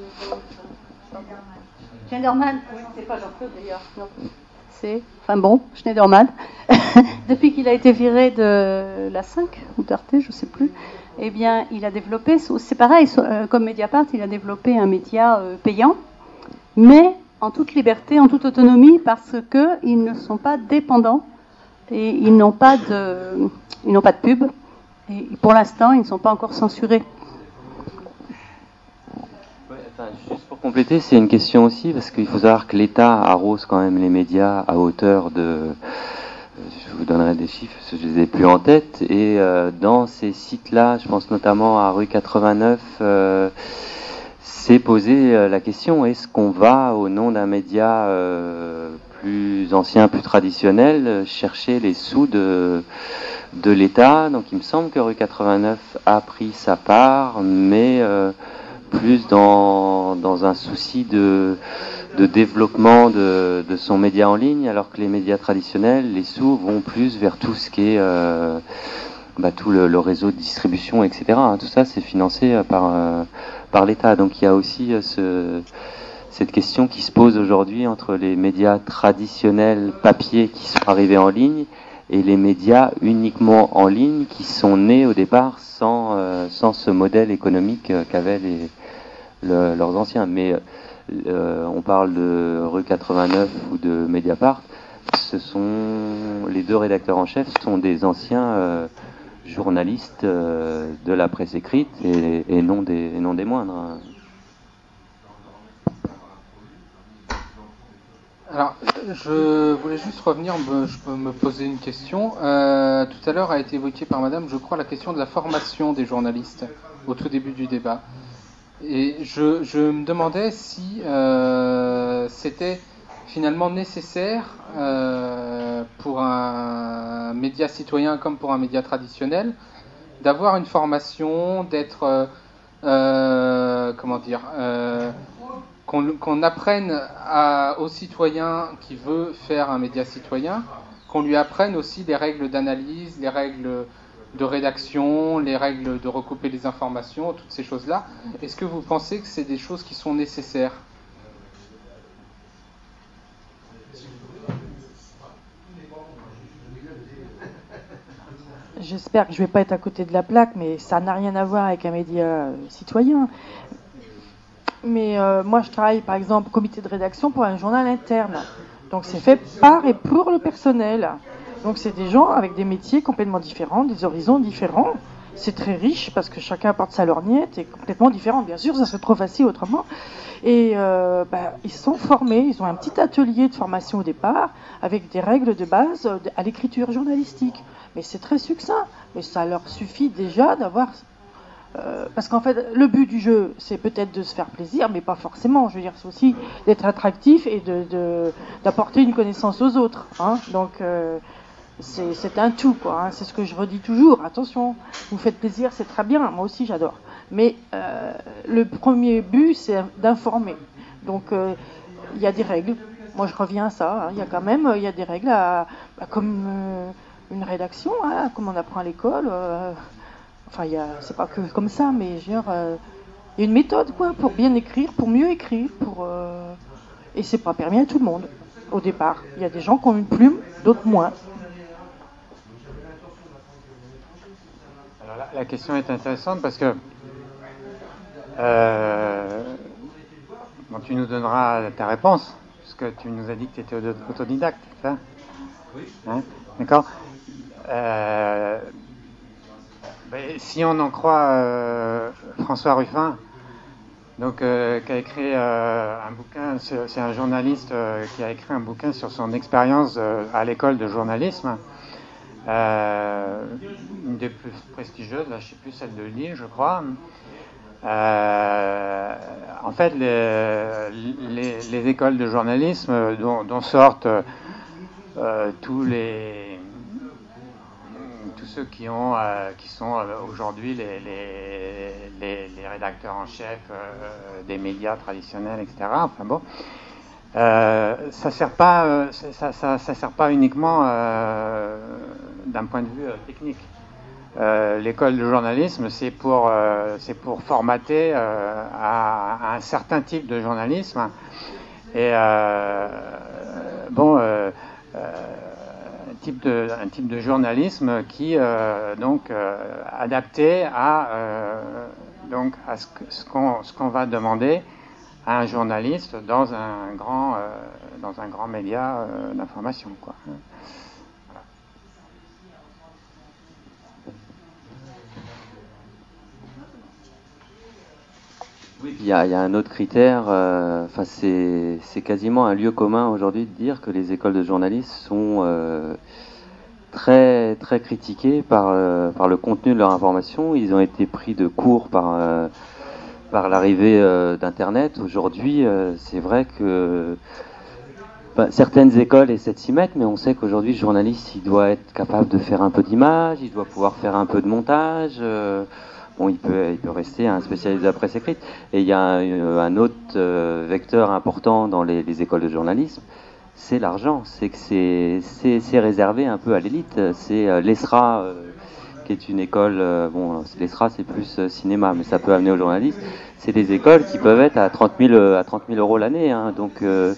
Schneiderman, oui, c'est pas Jean-Claude d'ailleurs. Non. C'est, enfin bon, Schneiderman, depuis qu'il a été viré de la cinq ou d'Arte, je ne sais plus, eh bien, il a développé, c'est pareil, comme Mediapart, il a développé un média euh, payant, mais en toute liberté, en toute autonomie, parce qu'ils ne sont pas dépendants et ils n'ont pas de, ils n'ont pas de pub. Et pour l'instant, ils ne sont pas encore censurés. Ouais, enfin, juste pour compléter, c'est une question aussi, parce qu'il faut savoir que l'État arrose quand même les médias à hauteur de... Je vous donnerai des chiffres, parce que je les ai plus en tête. Et euh, dans ces sites-là, je pense notamment à rue quatre-vingt-neuf, euh, c'est posé euh, la question, est-ce qu'on va, au nom d'un média euh, plus ancien, plus traditionnel, chercher les sous de, de l'État? Donc il me semble que rue quatre-vingt-neuf a pris sa part, mais euh, plus dans, dans un souci de... de développement de, de son média en ligne, alors que les médias traditionnels, les sous vont plus vers tout ce qui est euh, bah, tout le, le réseau de distribution, et cetera. Tout ça, c'est financé par, euh, par l'État. Donc il y a aussi euh, ce, cette question qui se pose aujourd'hui entre les médias traditionnels papier qui sont arrivés en ligne et les médias uniquement en ligne qui sont nés au départ sans, euh, sans ce modèle économique euh, qu'avaient les, le, leurs anciens. Mais Euh, on parle de rue quatre-vingt-neuf ou de Mediapart, ce sont les deux rédacteurs en chef sont des anciens euh, journalistes euh, de la presse écrite et, et, non des, et non des moindres. Alors, je voulais juste revenir, je peux me poser une question. Euh, tout à l'heure a été évoquée par Madame, je crois, la question de la formation des journalistes au tout début du débat. Et je, je me demandais si euh, c'était finalement nécessaire euh, pour un média citoyen comme pour un média traditionnel d'avoir une formation, d'être, euh, euh, comment dire, euh, qu'on, qu'on apprenne à, aux citoyens qui veut faire un média citoyen, qu'on lui apprenne aussi les règles d'analyse, les règles de rédaction, les règles de recouper les informations, toutes ces choses-là. Est-ce que vous pensez que c'est des choses qui sont nécessaires ? J'espère que je ne vais pas être à côté de la plaque, mais ça n'a rien à voir avec un média euh, citoyen. Mais euh, moi, je travaille, par exemple, au comité de rédaction pour un journal interne. Donc, c'est fait par et pour le personnel. Donc, c'est des gens avec des métiers complètement différents, des horizons différents. C'est très riche parce que chacun apporte sa lorgnette et complètement différent. Bien sûr, ça serait trop facile autrement. Et euh, bah, ils sont formés, ils ont un petit atelier de formation au départ avec des règles de base à l'écriture journalistique. Mais c'est très succinct. Mais ça leur suffit déjà d'avoir... Euh, parce qu'en fait, le but du jeu, c'est peut-être de se faire plaisir, mais pas forcément. Je veux dire, c'est aussi d'être attractif et de, de, d'apporter une connaissance aux autres. Hein. Donc, euh, c'est, c'est un tout, quoi. Hein. C'est ce que je redis toujours. Attention, vous faites plaisir, c'est très bien. Moi aussi, j'adore. Mais euh, le premier but, c'est d'informer. Donc, il euh, y a des règles. Moi, je reviens à ça. Hein. Il y a quand même, il y a des règles à, à, comme euh, une rédaction, hein, comme on apprend à l'école. Euh, Enfin, y a, c'est pas que comme ça, mais il euh, y a une méthode, quoi, pour bien écrire, pour mieux écrire, pour euh, et c'est pas permis à tout le monde au départ. Il y a des gens qui ont une plume, d'autres moins. Alors la, la question est intéressante parce que euh, bon, tu nous donneras ta réponse, puisque tu nous as dit que tu étais autodidacte, c'est ça ? Oui. Hein ? D'accord. Euh, Ben, si on en croit euh, François Ruffin, donc, euh, qui a écrit euh, un bouquin, c'est, c'est un journaliste euh, qui a écrit un bouquin sur son expérience euh, à l'école de journalisme, euh, une des plus prestigieuses, là, je ne sais plus, celle de Lille, je crois. Euh, en fait, les, les, les écoles de journalisme dont, dont sortent euh, tous les tous ceux qui ont, euh, qui sont euh, aujourd'hui les, les, les, les rédacteurs en chef euh, des médias traditionnels, et cetera. Enfin bon, euh, ça sert pas, euh, ça, ça, ça sert pas uniquement euh, d'un point de vue euh, technique. Euh, l'école de journalisme, c'est pour, euh, c'est pour formater euh, à, à un certain type de journalisme. Et euh, bon. Euh, euh, Type de, un type de journalisme qui euh, donc euh, adapté à euh, donc à ce, que, ce, qu'on, ce qu'on va demander à un journaliste dans un grand, euh, dans un grand média euh, d'information, quoi. Oui, il y a, il y a un autre critère, enfin euh, c'est quasiment un lieu commun aujourd'hui de dire que les écoles de journalisme sont euh, très très critiquées par, euh, par le contenu de leur information. Ils ont été pris de court par, euh, par l'arrivée euh, d'Internet. Aujourd'hui, euh, c'est vrai que ben, certaines écoles essaient de s'y mettre, mais on sait qu'aujourd'hui, le journaliste, il doit être capable de faire un peu d'image, il doit pouvoir faire un peu de montage. Euh, Bon, il peut, il peut rester un spécialiste de la presse écrite. Et il y a un, un autre euh, vecteur important dans les, les écoles de journalisme, c'est l'argent. C'est que c'est, c'est, c'est réservé un peu à l'élite. C'est euh, l'E S R A, euh, qui est une école, euh, bon, l'E S R A c'est plus euh, cinéma, mais ça peut amener aux journalistes. C'est des écoles qui peuvent être à trente mille, à trente mille euros l'année. Hein. Donc, euh,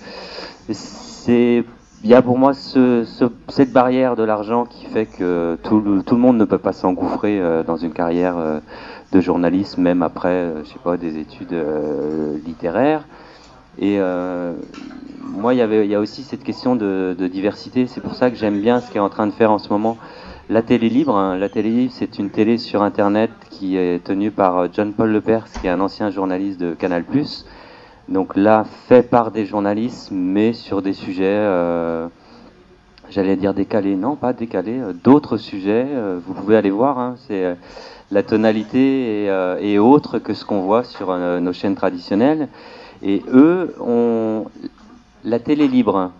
c'est... Il y a pour moi ce, ce, cette barrière de l'argent qui fait que tout le, tout le monde ne peut pas s'engouffrer euh, dans une carrière euh, de journalisme, même après, euh, je sais pas, des études euh, littéraires. Et euh, moi, il y avait, il y a aussi cette question de, de diversité. C'est pour ça que j'aime bien ce qu'est en train de faire en ce moment la télé libre. Hein. La télé libre, c'est une télé sur Internet qui est tenue par John-Paul Lepers, qui est un ancien journaliste de Canal plus. Donc là, fait par des journalistes, mais sur des sujets, euh, j'allais dire décalés, non, pas décalés, euh, d'autres sujets. Euh, vous pouvez aller voir, hein, c'est euh, la tonalité est, euh, est autre que ce qu'on voit sur euh, nos chaînes traditionnelles. Et eux ont la télé libre,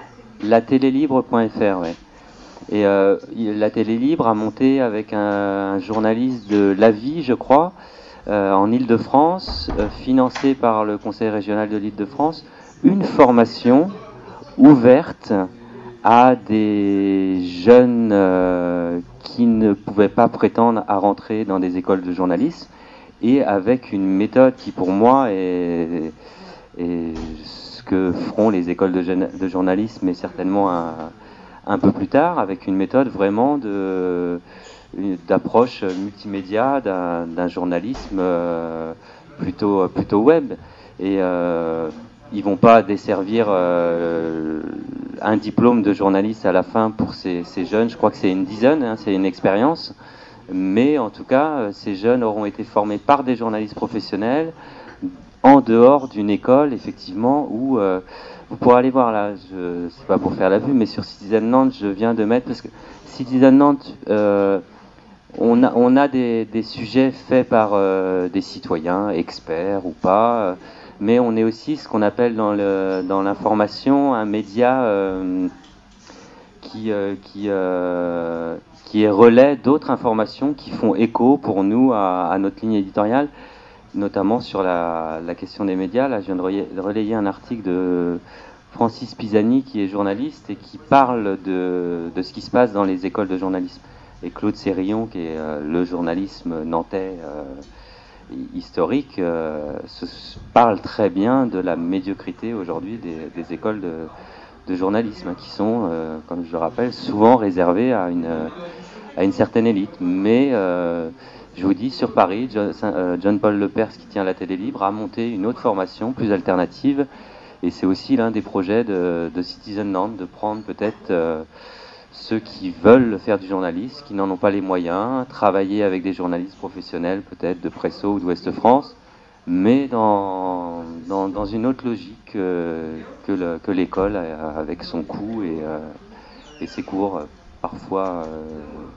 la télé libre point f r, ouais. Et euh, la télé libre a monté avec un, un journaliste de La Vie, je crois. Euh, en Île-de-France, euh, financé par le Conseil régional de l'Île-de-France, une formation ouverte à des jeunes euh, qui ne pouvaient pas prétendre à rentrer dans des écoles de journalisme, et avec une méthode qui pour moi est, est ce que feront les écoles de, de journalisme, mais certainement un, un peu plus tard, avec une méthode vraiment de... d'approche multimédia, d'un, d'un journalisme euh, plutôt plutôt web. Et euh, ils vont pas desservir euh, un diplôme de journaliste à la fin pour ces, ces jeunes. Je crois que c'est une dizaine, hein, c'est une expérience. Mais en tout cas, ces jeunes auront été formés par des journalistes professionnels en dehors d'une école, effectivement, où euh, vous pourrez aller voir là, je, c'est pas pour faire la pub, mais sur Citizen Nantes, je viens de mettre, parce que Citizen Nantes, euh, On a, on a des, des sujets faits par euh, des citoyens, experts ou pas, euh, mais on est aussi ce qu'on appelle dans, le, dans l'information un média euh, qui, euh, qui, euh, qui est relais d'autres informations qui font écho pour nous à, à notre ligne éditoriale, notamment sur la, la question des médias. Là, je viens de relayer, de relayer un article de Francis Pisani, qui est journaliste et qui parle de, de ce qui se passe dans les écoles de journalisme. Et Claude Sérillon, qui est euh, le journalisme nantais euh, historique, euh, se, parle très bien de la médiocrité aujourd'hui des, des écoles de, de journalisme, hein, qui sont, euh, comme je le rappelle, souvent réservées à une, à une certaine élite. Mais, euh, je vous dis, sur Paris, John, euh, John-Paul Lepers, qui tient la télé libre, a monté une autre formation plus alternative. Et c'est aussi l'un des projets de, de Citizen Nantes, de prendre peut-être... Euh, ceux qui veulent faire du journalisme, qui n'en ont pas les moyens, travailler avec des journalistes professionnels, peut-être de Presso ou d'Ouest France, mais dans, dans, dans une autre logique euh, que, le, que l'école, euh, avec son coût et, euh, et ses cours, euh, parfois... Euh...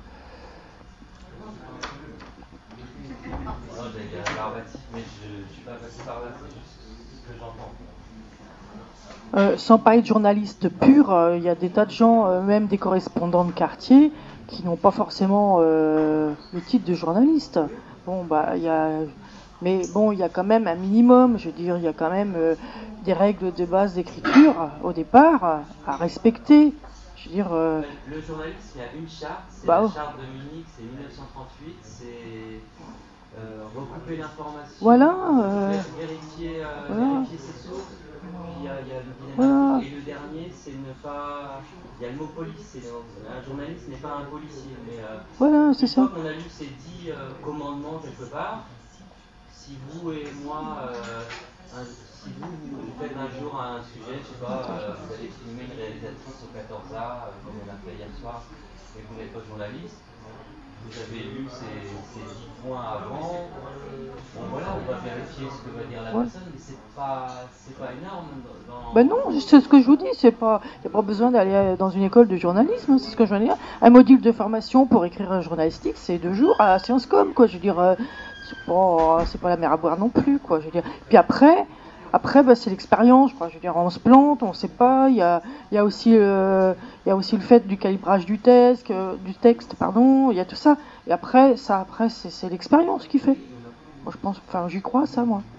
Mais je ne suis pas passé par là, c'est juste ce que j'entends. Euh, sans parler de journalistes purs, il euh, y a des tas de gens, euh, même des correspondants de quartier, qui n'ont pas forcément euh, le titre de journaliste. Bon, bah, il y a, mais bon, il y a quand même un minimum. Je veux dire, il y a quand même euh, des règles de base d'écriture au départ à respecter. Je veux dire. Euh, le journaliste, il y a une charte, c'est bah, la charte de Munich, c'est dix-neuf cent trente-huit, c'est euh, recouper l'information, voilà, euh, vérifier, euh, voilà. vérifier ses sources. Puis il y a, il y a le voilà. Et le dernier, c'est ne pas. Il y a le mot police. C'est le... Un journaliste n'est pas un policier. Mais euh, voilà, c'est une fois ça. qu'on a lu ces dix euh, commandements quelque part, si vous et moi, euh, un, si vous, vous faites un jour un sujet, je sais pas, euh, vous allez filmer une réalisatrice au quatorze A, euh, comme on a fait hier soir, et vous n'êtes pas journaliste, vous avez lu ces, ces dix points avant, bon voilà, on va vérifier ce que va dire la ouais. personne, mais c'est pas, c'est pas énorme. Dans... Ben non, c'est ce que je vous dis, c'est pas, il n'y a pas besoin d'aller dans une école de journalisme, c'est ce que je veux dire. Un module de formation pour écrire un journalistique, c'est deux jours à Sciences Com, quoi, je veux dire, euh, c'est pas, c'est pas la mer à boire non plus, quoi, je veux dire. Puis après, après, bah, c'est l'expérience, quoi, je veux dire, on se plante, on sait pas, il y a, il y a aussi, euh, il y a aussi le fait du calibrage du texte, euh, du texte, pardon, il y a tout ça. Et après, ça, après, c'est, c'est l'expérience qui fait. Moi, je pense, enfin, j'y crois, ça, moi.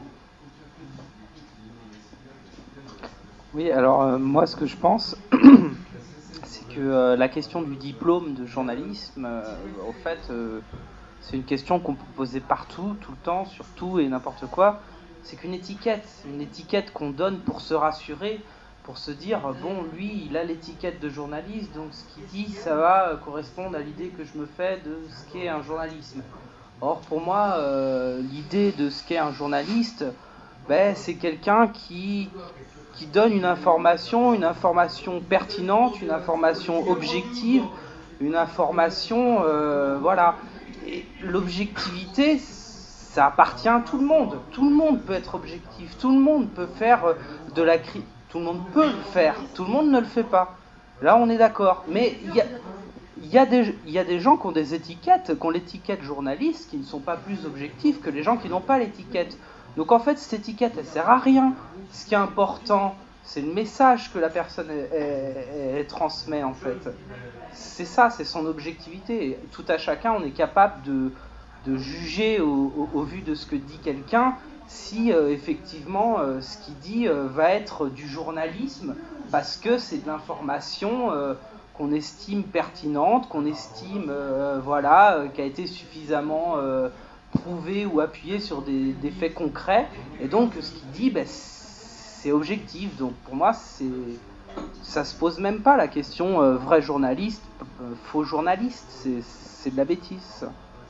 Oui, alors euh, moi ce que je pense, c'est que euh, la question du diplôme de journalisme, euh, au fait, euh, c'est une question qu'on peut poser partout, tout le temps, sur tout et n'importe quoi. C'est qu'une étiquette, une étiquette qu'on donne pour se rassurer, pour se dire, bon, lui, il a l'étiquette de journaliste, donc ce qu'il dit, ça va correspondre à l'idée que je me fais de ce qu'est un journalisme. Or, pour moi, euh, l'idée de ce qu'est un journaliste, ben, c'est quelqu'un qui... qui donne une information, une information pertinente, une information objective, une information, euh, voilà. Et l'objectivité, ça appartient à tout le monde. Tout le monde peut être objectif, tout le monde peut faire de la critique, tout le monde peut le faire, tout le monde ne le fait pas. Là, on est d'accord. Mais il y a, y a des, il y a des gens qui ont des étiquettes, qui ont l'étiquette journaliste, qui ne sont pas plus objectifs que les gens qui n'ont pas l'étiquette. Donc en fait, cette étiquette, elle sert à rien. Ce qui est important, c'est le message que la personne elle, elle, elle transmet, en fait. C'est ça, c'est son objectivité. Et tout à chacun, on est capable de, de juger au, au, au vu de ce que dit quelqu'un, si euh, effectivement euh, ce qu'il dit euh, va être du journalisme, parce que c'est de l'information euh, qu'on estime pertinente, qu'on estime, euh, voilà, euh, qui a été suffisamment... Euh, prouvé ou appuyé sur des, des faits concrets, et donc ce qu'il dit, ben, c'est objectif. Donc pour moi, c'est, ça se pose même pas la question euh, vrai journaliste, euh, faux journaliste, c'est, c'est de la bêtise.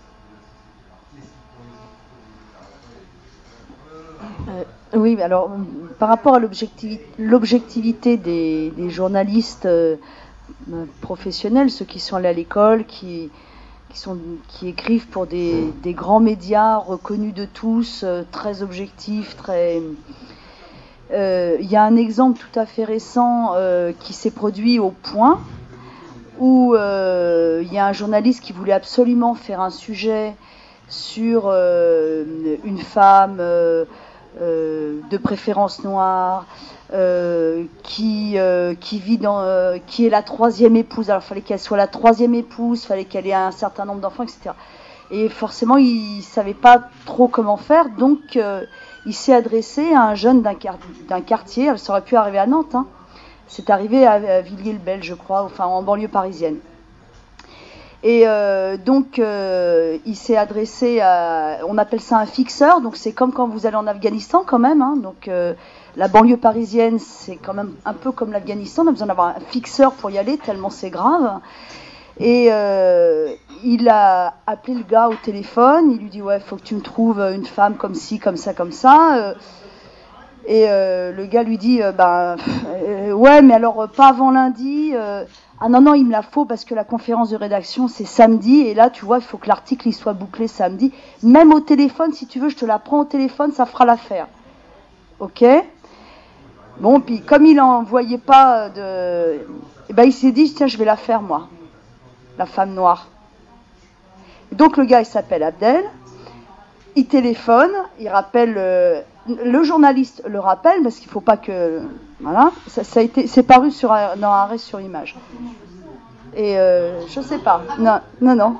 Euh, oui, alors par rapport à l'objectivité, l'objectivité des, des journalistes euh, professionnels, ceux qui sont allés à l'école, qui Qui, sont, qui écrivent pour des, des grands médias reconnus de tous, euh, très objectifs, très... Il euh, y a un exemple tout à fait récent euh, qui s'est produit au Point, où il euh, y a un journaliste qui voulait absolument faire un sujet sur euh, une femme euh, euh, de préférence noire, Euh, qui euh, qui vit dans euh, qui est la troisième épouse. Alors il fallait qu'elle soit la troisième épouse, il fallait qu'elle ait un certain nombre d'enfants, et cetera. Et forcément il savait pas trop comment faire, donc euh, il s'est adressé à un jeune d'un, quart- d'un quartier. Ça aurait pu arriver à Nantes, hein. C'est arrivé à, à Villiers-le-Bel, je crois, enfin en banlieue parisienne. Et euh, donc euh, il s'est adressé à, on appelle ça un fixeur, donc c'est comme quand vous allez en Afghanistan quand même, hein. Donc euh, la banlieue parisienne, c'est quand même un peu comme l'Afghanistan, on a besoin d'avoir un fixeur pour y aller, tellement c'est grave. Et euh, il a appelé le gars au téléphone, il lui dit « Ouais, il faut que tu me trouves une femme comme ci, comme ça, comme ça. » Et euh, le gars lui dit euh, « Ben, euh, ouais, mais alors pas avant lundi. Euh, ah non, non, il me la faut parce que la conférence de rédaction, c'est samedi. Et là, tu vois, il faut que l'article il soit bouclé samedi. Même au téléphone, si tu veux, je te la prends au téléphone, ça fera l'affaire. Ok ?» Bon, puis comme il n'en voyait pas de... Eh ben, il s'est dit, tiens, je vais la faire, moi. La femme noire. Donc, le gars, il s'appelle Abdel. Il téléphone, il rappelle... Euh, le journaliste le rappelle, parce qu'il ne faut pas que... Voilà. Ça, ça a été, c'est paru sur un, dans un arrêt sur image. Et euh, je ne sais pas. Non, non, non.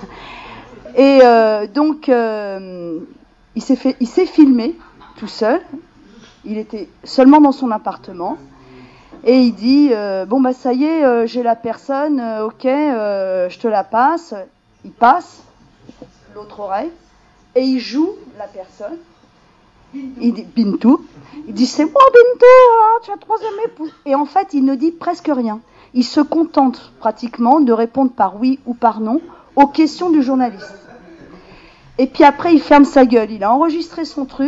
Et euh, donc, euh, il s'est fait, il s'est filmé tout seul. Il était seulement dans son appartement et il dit euh, bon bah ça y est, euh, j'ai la personne, euh, ok, euh, je te la passe. Il passe l'autre oreille et il joue la personne. Il dit Bintou. Il dit c'est moi Bintou, hein, tu as troisième épouse. Et en fait il ne dit presque rien. Il se contente pratiquement de répondre par oui ou par non aux questions du journaliste. Et puis après il ferme sa gueule. Il a enregistré son truc.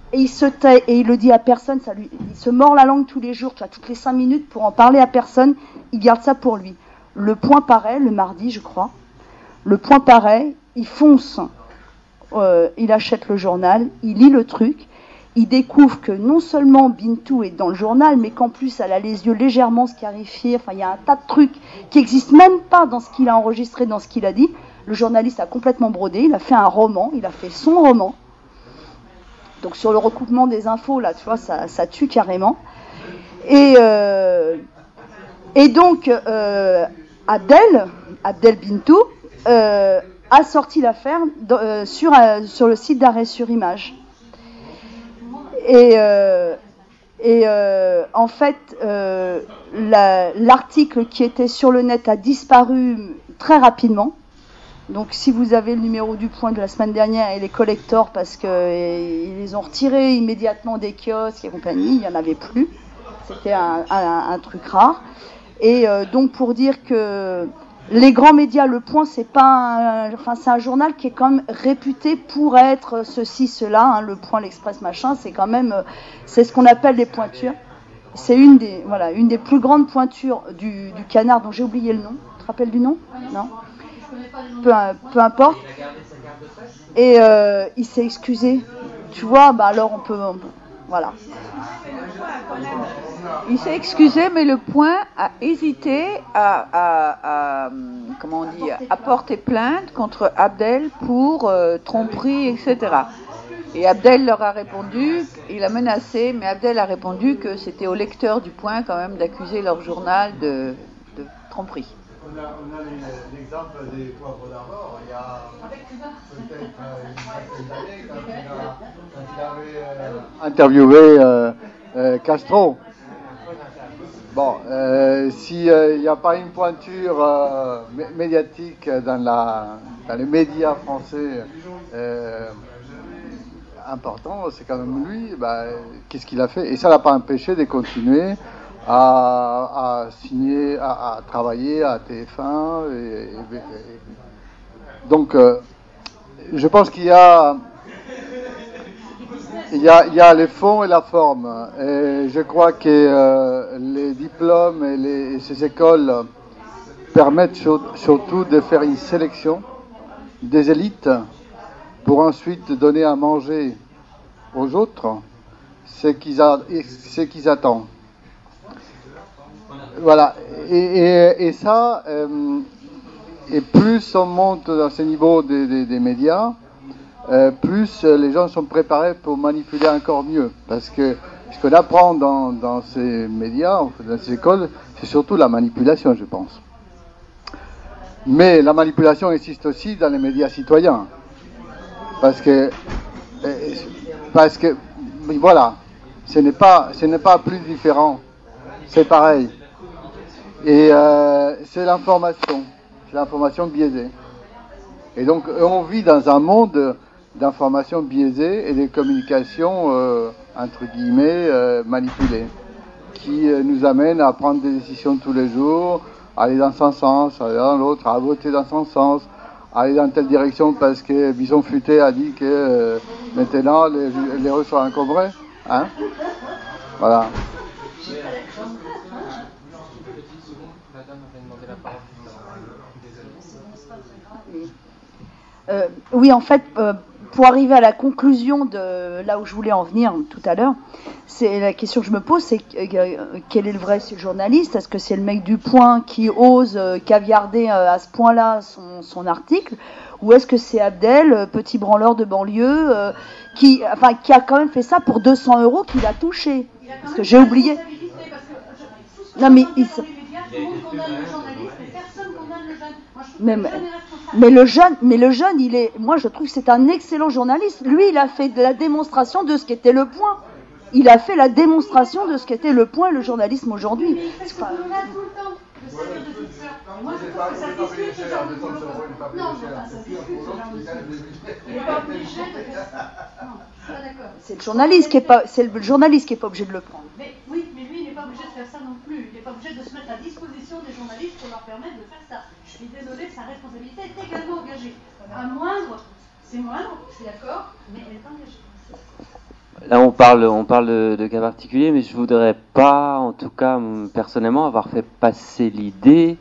et il se tait et il le dit à personne, ça lui, il se mord la langue tous les jours, tu vois, toutes les cinq minutes pour en parler à personne, il garde ça pour lui. Le Point paraît, le mardi je crois, le Point paraît, il fonce, euh, il achète le journal, il lit le truc, il découvre que non seulement Bintou est dans le journal, mais qu'en plus elle a les yeux légèrement scarifiés, enfin il y a un tas de trucs qui n'existent même pas dans ce qu'il a enregistré, dans ce qu'il a dit. Le journaliste a complètement brodé, il a fait un roman, il a fait son roman. Donc sur le recoupement des infos, là, tu vois, ça, ça tue carrément. Et, euh, et donc, euh, Abdel, Abdel Bintou, euh, a sorti l'affaire euh, sur, euh, sur le site d'Arrêt sur Image. Et, euh, et euh, en fait, euh, la, l'article qui était sur le net a disparu très rapidement. Donc si vous avez le numéro du Point de la semaine dernière et les collectors, parce qu'ils les ont retirés immédiatement des kiosques et compagnie, il n'y en avait plus. C'était un, un, un truc rare. Et euh, donc pour dire que les grands médias, le Point, c'est pas un, enfin c'est un journal qui est quand même réputé pour être ceci, cela, hein, le Point, l'Express, machin, c'est quand même, c'est ce qu'on appelle des pointures. C'est une des, voilà, une des plus grandes pointures du, du Canard, dont j'ai oublié le nom. Tu te rappelles du nom ? Non ? Peu, peu importe. Et euh, il s'est excusé. Tu vois, bah alors on peut, on peut voilà. Il s'est excusé, mais le Point a hésité à, à, à comment on dit, à porter plainte contre Abdel pour euh, tromperie, et cetera. Et Abdel leur a répondu, il a menacé, mais Abdel a répondu que c'était aux lecteurs du Point quand même d'accuser leur journal de, de tromperie. On a, on a l'exemple des poivres d'Arvor, il y a peut-être une vingtaine d'années, quand il, a, quand il avait euh, interviewé euh, euh, Castro. Bon, euh, s'il euh, n'y a pas une pointure euh, médiatique dans, la, dans les médias français euh, important, c'est quand même lui, bah, qu'est-ce qu'il a fait ? Et ça ne l'a pas empêché de continuer À, à signer, à, à travailler à T F un. Et, et, et, donc, euh, je pense qu'il y a, il y a, il y a les fonds et la forme. Et je crois que euh, les diplômes et, les, et ces écoles permettent surtout de faire une sélection des élites pour ensuite donner à manger aux autres ce qu'ils, a, ce qu'ils attendent. Voilà, et, et, et ça, euh, et plus on monte dans ce niveau des, des, des médias, euh, plus les gens sont préparés pour manipuler encore mieux. Parce que ce qu'on apprend dans, dans ces médias, dans ces écoles, c'est surtout la manipulation, je pense. Mais la manipulation existe aussi dans les médias citoyens. Parce que, parce que voilà, ce n'est pas, ce n'est pas plus différent, c'est pareil. Et euh, c'est l'information, c'est l'information biaisée. Et donc on vit dans un monde d'informations biaisées et de communications, euh, entre guillemets, euh, manipulées, qui euh, nous amènent à prendre des décisions tous les jours, à aller dans son sens, à aller dans l'autre, à voter dans son sens, à aller dans telle direction parce que Bison Futé a dit que euh, maintenant les, les rues sont encombrées. Hein ? Voilà. Euh, oui, en fait, euh, pour arriver à la conclusion de là où je voulais en venir tout à l'heure, c'est la question que je me pose, c'est euh, quel est le vrai journaliste ? Est-ce que c'est le mec du Point qui ose euh, caviarder euh, à ce point-là son, son article, ou est-ce que c'est Abdel, euh, petit branleur de banlieue, euh, qui, enfin, qui a quand même fait ça pour deux cents euros qu'il a touché ? Parce que j'ai oublié. Non mais il se... Mais, mais le jeune, mais le jeune, il est, moi je trouve que c'est un excellent journaliste. Lui, il a fait de la démonstration de ce qu'était le Point. Il a fait la démonstration de ce qu'était le Point et le journalisme aujourd'hui. C'est pas... C'est le journaliste qui est pas, c'est le journaliste qui est pas obligé de le prendre. Mais oui, mais lui, il n'est pas obligé de faire ça non plus. Il n'est pas obligé de se mettre à disposition des journalistes pour leur permettre de faire ça. Je suis désolée, sa responsabilité est également engagée. À moindre, c'est moindre, je suis d'accord, mais elle est engagée. Là, on parle, on parle de, de cas particuliers, mais je voudrais pas, en tout cas, personnellement, avoir fait passer l'idée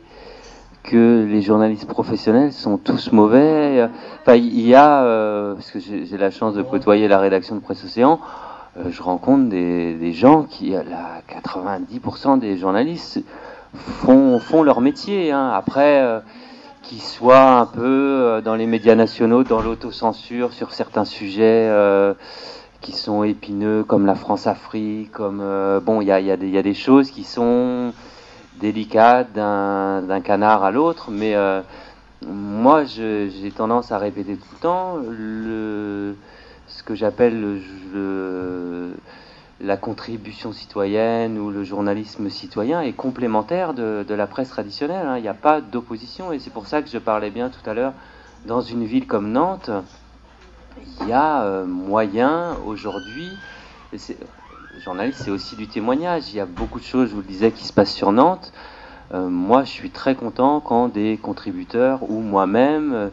que les journalistes professionnels sont tous mauvais. Enfin, il y a, euh, parce que j'ai, j'ai la chance de côtoyer la rédaction de Presse Océan, euh, je rencontre des, des gens qui, là, quatre-vingt-dix pour cent des journalistes font, font leur métier. Hein. Après, euh, qu'ils soient un peu euh, dans les médias nationaux, dans l'autocensure sur certains sujets euh, qui sont épineux, comme la France-Afrique, comme euh, bon, il y a, y a des, y a des choses qui sont délicates d'un, d'un canard à l'autre, mais euh, moi, je, j'ai tendance à répéter tout le temps le, ce que j'appelle le, le, la contribution citoyenne ou le journalisme citoyen est complémentaire de, de la presse traditionnelle. Hein. Il n'y a pas d'opposition, et c'est pour ça que je parlais bien tout à l'heure, dans une ville comme Nantes, il y a euh, moyen aujourd'hui, et c'est, le journaliste c'est aussi du témoignage, il y a beaucoup de choses, je vous le disais, qui se passent sur Nantes. Euh, moi je suis très content quand des contributeurs ou moi-même, euh,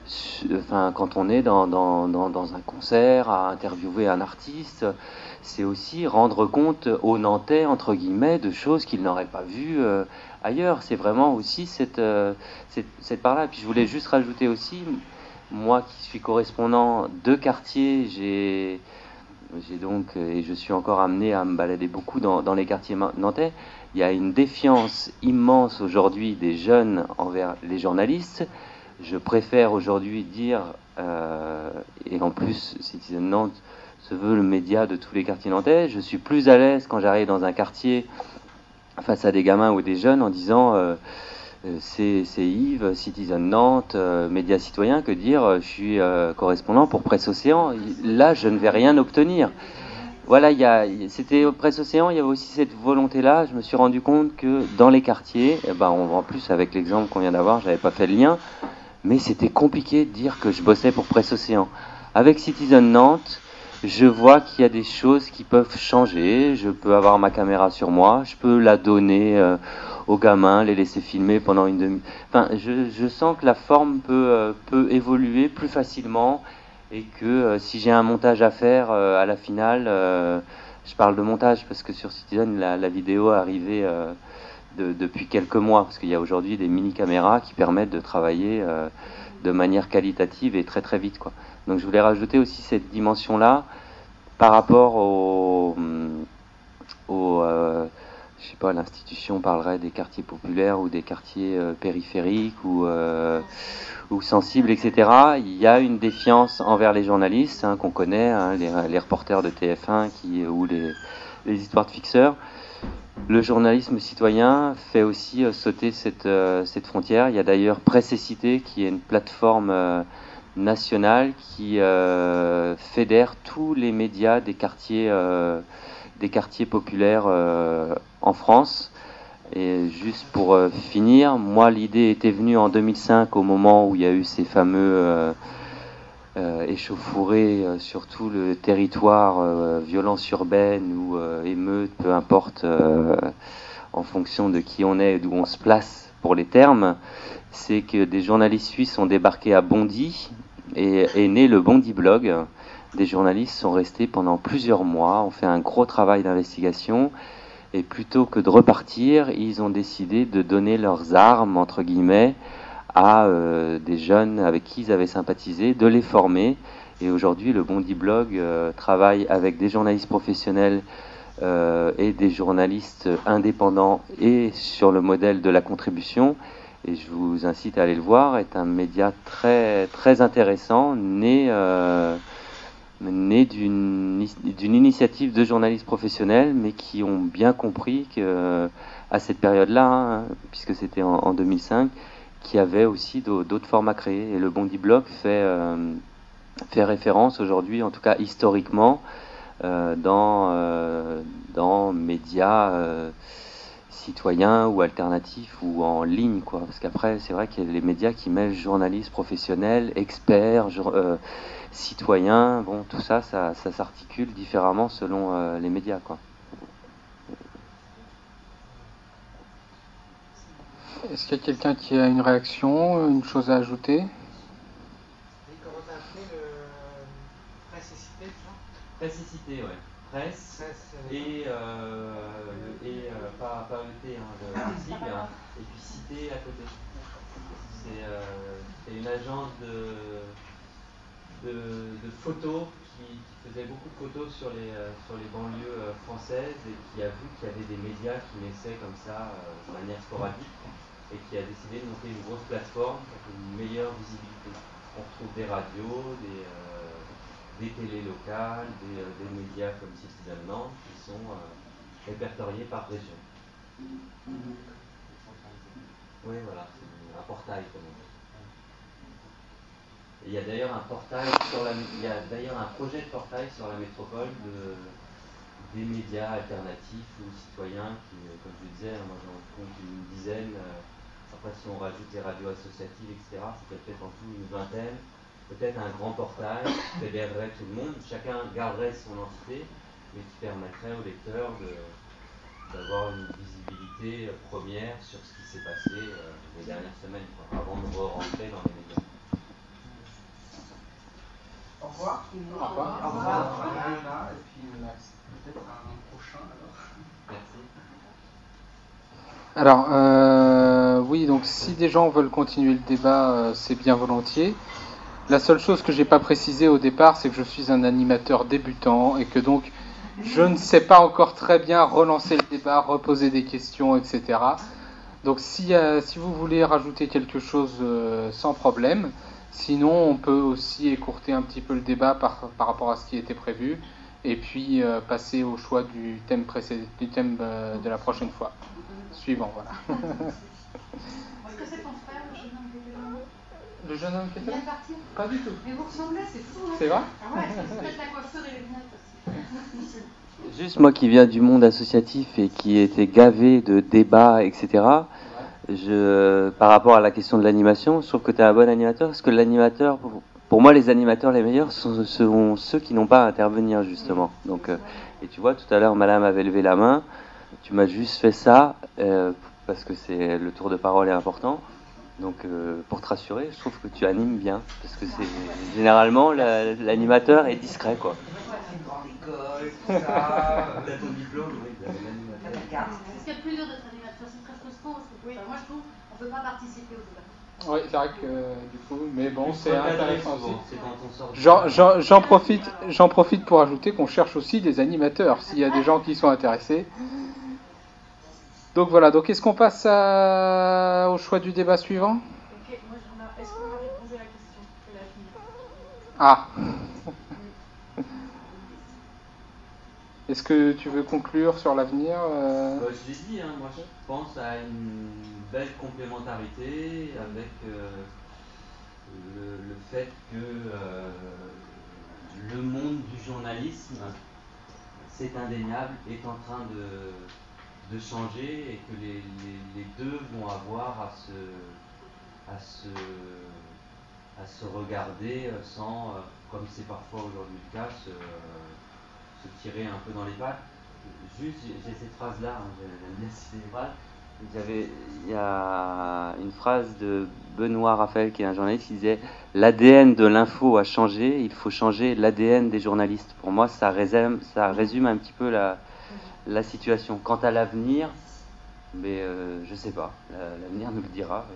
enfin quand on est dans, dans, dans, dans un concert à interviewer un artiste, c'est aussi rendre compte aux Nantais, entre guillemets, de choses qu'ils n'auraient pas vues euh, ailleurs. C'est vraiment aussi cette, euh, cette, cette part-là. Puis je voulais juste rajouter aussi, moi qui suis correspondant de quartier, j'ai, j'ai donc, et je suis encore amené à me balader beaucoup dans, dans les quartiers nantais, il y a une défiance immense aujourd'hui des jeunes envers les journalistes. Je préfère aujourd'hui dire, euh, et en plus Citizen Nantes se veut le média de tous les quartiers nantais, je suis plus à l'aise quand j'arrive dans un quartier face à des gamins ou des jeunes en disant euh, c'est, c'est Yves, Citizen Nantes, euh, média citoyen, que dire euh, je suis euh, correspondant pour Presse Océan. Là, je ne vais rien obtenir. Voilà, il y a, c'était Presse Océan, il y avait aussi cette volonté-là. Je me suis rendu compte que dans les quartiers, eh ben, on, en plus avec l'exemple qu'on vient d'avoir, j'avais pas fait le lien, mais c'était compliqué de dire que je bossais pour Presse Océan. Avec Citizen Nantes, je vois qu'il y a des choses qui peuvent changer. Je peux avoir ma caméra sur moi, je peux la donner euh, aux gamins, les laisser filmer pendant une demi. Enfin, je, je sens que la forme peut, euh, peut évoluer plus facilement et que euh, si j'ai un montage à faire euh, à la finale, euh, je parle de montage parce que sur Citizen, la, la vidéo est arrivée euh, de, depuis quelques mois, parce qu'il y a aujourd'hui des mini-caméras qui permettent de travailler euh, de manière qualitative et très très vite, quoi. Donc je voulais rajouter aussi cette dimension-là par rapport au, au euh, je sais pas, l'institution parlerait des quartiers populaires ou des quartiers euh, périphériques ou, euh, ou sensibles, et cetera. Il y a une défiance envers les journalistes hein, qu'on connaît, hein, les, les reporters de T F un qui, ou les, les histoires de fixeurs. Le journalisme citoyen fait aussi euh, sauter cette, euh, cette frontière. Il y a d'ailleurs Presse et Cité qui est une plateforme euh, nationale qui euh, fédère tous les médias des quartiers, euh, des quartiers populaires euh, en France. Et juste pour euh, finir, moi l'idée était venue en deux mille cinq au moment où il y a eu ces fameux euh, euh, échauffourées euh, sur tout le territoire, euh, violence urbaine ou euh, émeute, peu importe euh, en fonction de qui on est et d'où on se place pour les termes. C'est que des journalistes suisses ont débarqué à Bondy et est né le Bondy Blog. Des journalistes sont restés pendant plusieurs mois, ont fait un gros travail d'investigation et plutôt que de repartir, ils ont décidé de donner leurs armes, entre guillemets, à euh, des jeunes avec qui ils avaient sympathisé, de les former. Et aujourd'hui, le Bondy Blog euh, travaille avec des journalistes professionnels euh, et des journalistes indépendants et sur le modèle de la contribution. Et je vous incite à aller le voir, est un média très, très intéressant, né, euh, né d'une, d'une initiative de journalistes professionnels, mais qui ont bien compris que, à cette période-là, hein, puisque c'était en, en deux mille cinq, qu'il y avait aussi d'autres formes à créer. Et le Bondy Blog fait, euh, fait référence aujourd'hui, en tout cas historiquement, euh, dans, euh, dans médias euh, citoyens ou alternatifs ou en ligne, quoi. Parce qu'après, c'est vrai qu'il y a les médias qui mêlent journalistes professionnels, experts, euh, citoyens. Bon, tout ça, ça, ça s'articule différemment selon euh, les médias, quoi. Est-ce qu'il y a quelqu'un qui a une réaction, une chose à ajouter? Et comment t'as appelé le Presse et Cité, ça ? Presse et cité, ouais. Presse, et, euh, et euh, pas, pas E T, hein, le, le sigle, hein, et puis cité à côté. C'est euh, une agence de, de, de photos qui, qui faisait beaucoup de photos sur les, euh, sur les banlieues euh, françaises et qui a vu qu'il y avait des médias qui naissaient comme ça euh, de manière sporadique et qui a décidé de monter une grosse plateforme pour une meilleure visibilité. On retrouve des radios, des, euh, des télés locales, des, euh, des médias comme Citizen Nantes qui sont euh, répertoriés par région. Oui, voilà, c'est un portail comme on dit. Et il y a d'ailleurs un portail sur la, il y a d'ailleurs un projet de portail sur la métropole de, des médias alternatifs ou citoyens qui, comme je disais, moi j'en compte une dizaine. Après, si on rajoute les radios associatives, et cetera, ça peut être en tout une vingtaine. Peut-être un grand portail qui fédérerait tout le monde. Chacun garderait son entité, mais qui permettrait aux lecteurs de, d'avoir une visibilité première sur ce qui s'est passé euh, les dernières semaines, quoi, avant de re-rentrer dans les médias. Au revoir. Au revoir. Au revoir. Et puis peut-être un prochain alors. Merci. Alors, euh, oui, donc si des gens veulent continuer le débat, euh, c'est bien volontiers. La seule chose que j'ai pas précisé au départ, c'est que je suis un animateur débutant et que donc je ne sais pas encore très bien relancer le débat, reposer des questions, et cetera. Donc si, euh, si vous voulez rajouter quelque chose, euh, sans problème. Sinon, on peut aussi écourter un petit peu le débat par, par rapport à ce qui était prévu et puis euh, passer au choix du thème, précédent, du thème euh, de la prochaine fois. Suivant, voilà. Est-ce que c'est ton frère, le jeune homme qui était là? Le jeune homme qui était là? Il vient de partir? Pas du tout. Mais vous ressemblez, c'est fou, hein? C'est vrai? Ah ouais, c'est peut-être la coiffure et les lunettes aussi. Juste moi qui viens du monde associatif et qui était gavé de débats, et cetera, je, par rapport à la question de l'animation, je trouve que tu es un bon animateur, parce que l'animateur, pour, pour moi les animateurs les meilleurs sont, sont ceux qui n'ont pas à intervenir justement. Donc, euh, et tu vois, tout à l'heure madame avait levé la main, tu m'as juste fait ça, euh, parce que c'est, le tour de parole est important. Donc euh, pour te rassurer, je trouve que tu animes bien, parce que c'est généralement la, l'animateur est discret, quoi. Tout ça, T'as ton diplôme, oui, t'as l'animateur. C'est ce qu'il y a de plus dur d'être animateur, c'est très frustrant parce que enfin, moi je trouve on ne peut pas participer au débat. Oui, c'est vrai que euh, du coup, mais bon, c'est intéressant aussi. C'est quand on sort du J'en, j'en, j'en profite, j'en profite pour ajouter qu'on cherche aussi des animateurs, s'il y a des gens qui sont intéressés. Donc voilà, donc est-ce qu'on passe à, au choix du débat suivant? Ok, moi j'en ai. Est-ce qu'on m'avait posé la question de l'avenir? Ah. Est-ce que tu veux conclure sur l'avenir euh... bah, Je l'ai dit, hein, moi je pense à une belle complémentarité avec euh, le, le fait que euh, le monde du journalisme, c'est indéniable, est en train de, de changer et que les, les, les deux vont avoir à se, à se, à se regarder sans, comme c'est parfois aujourd'hui le cas, se, se tirer un peu dans les pattes. Juste, j'ai cette phrase-là, hein, j'aime bien citer les phrases. J'avais, il y a une phrase de Benoît Raphaël, qui est un journaliste, qui disait « L'A D N de l'info a changé, il faut changer l'A D N des journalistes ». Pour moi, ça résume, ça résume un petit peu la, la situation. Quant à l'avenir, mais euh, je sais pas, l'avenir nous le dira.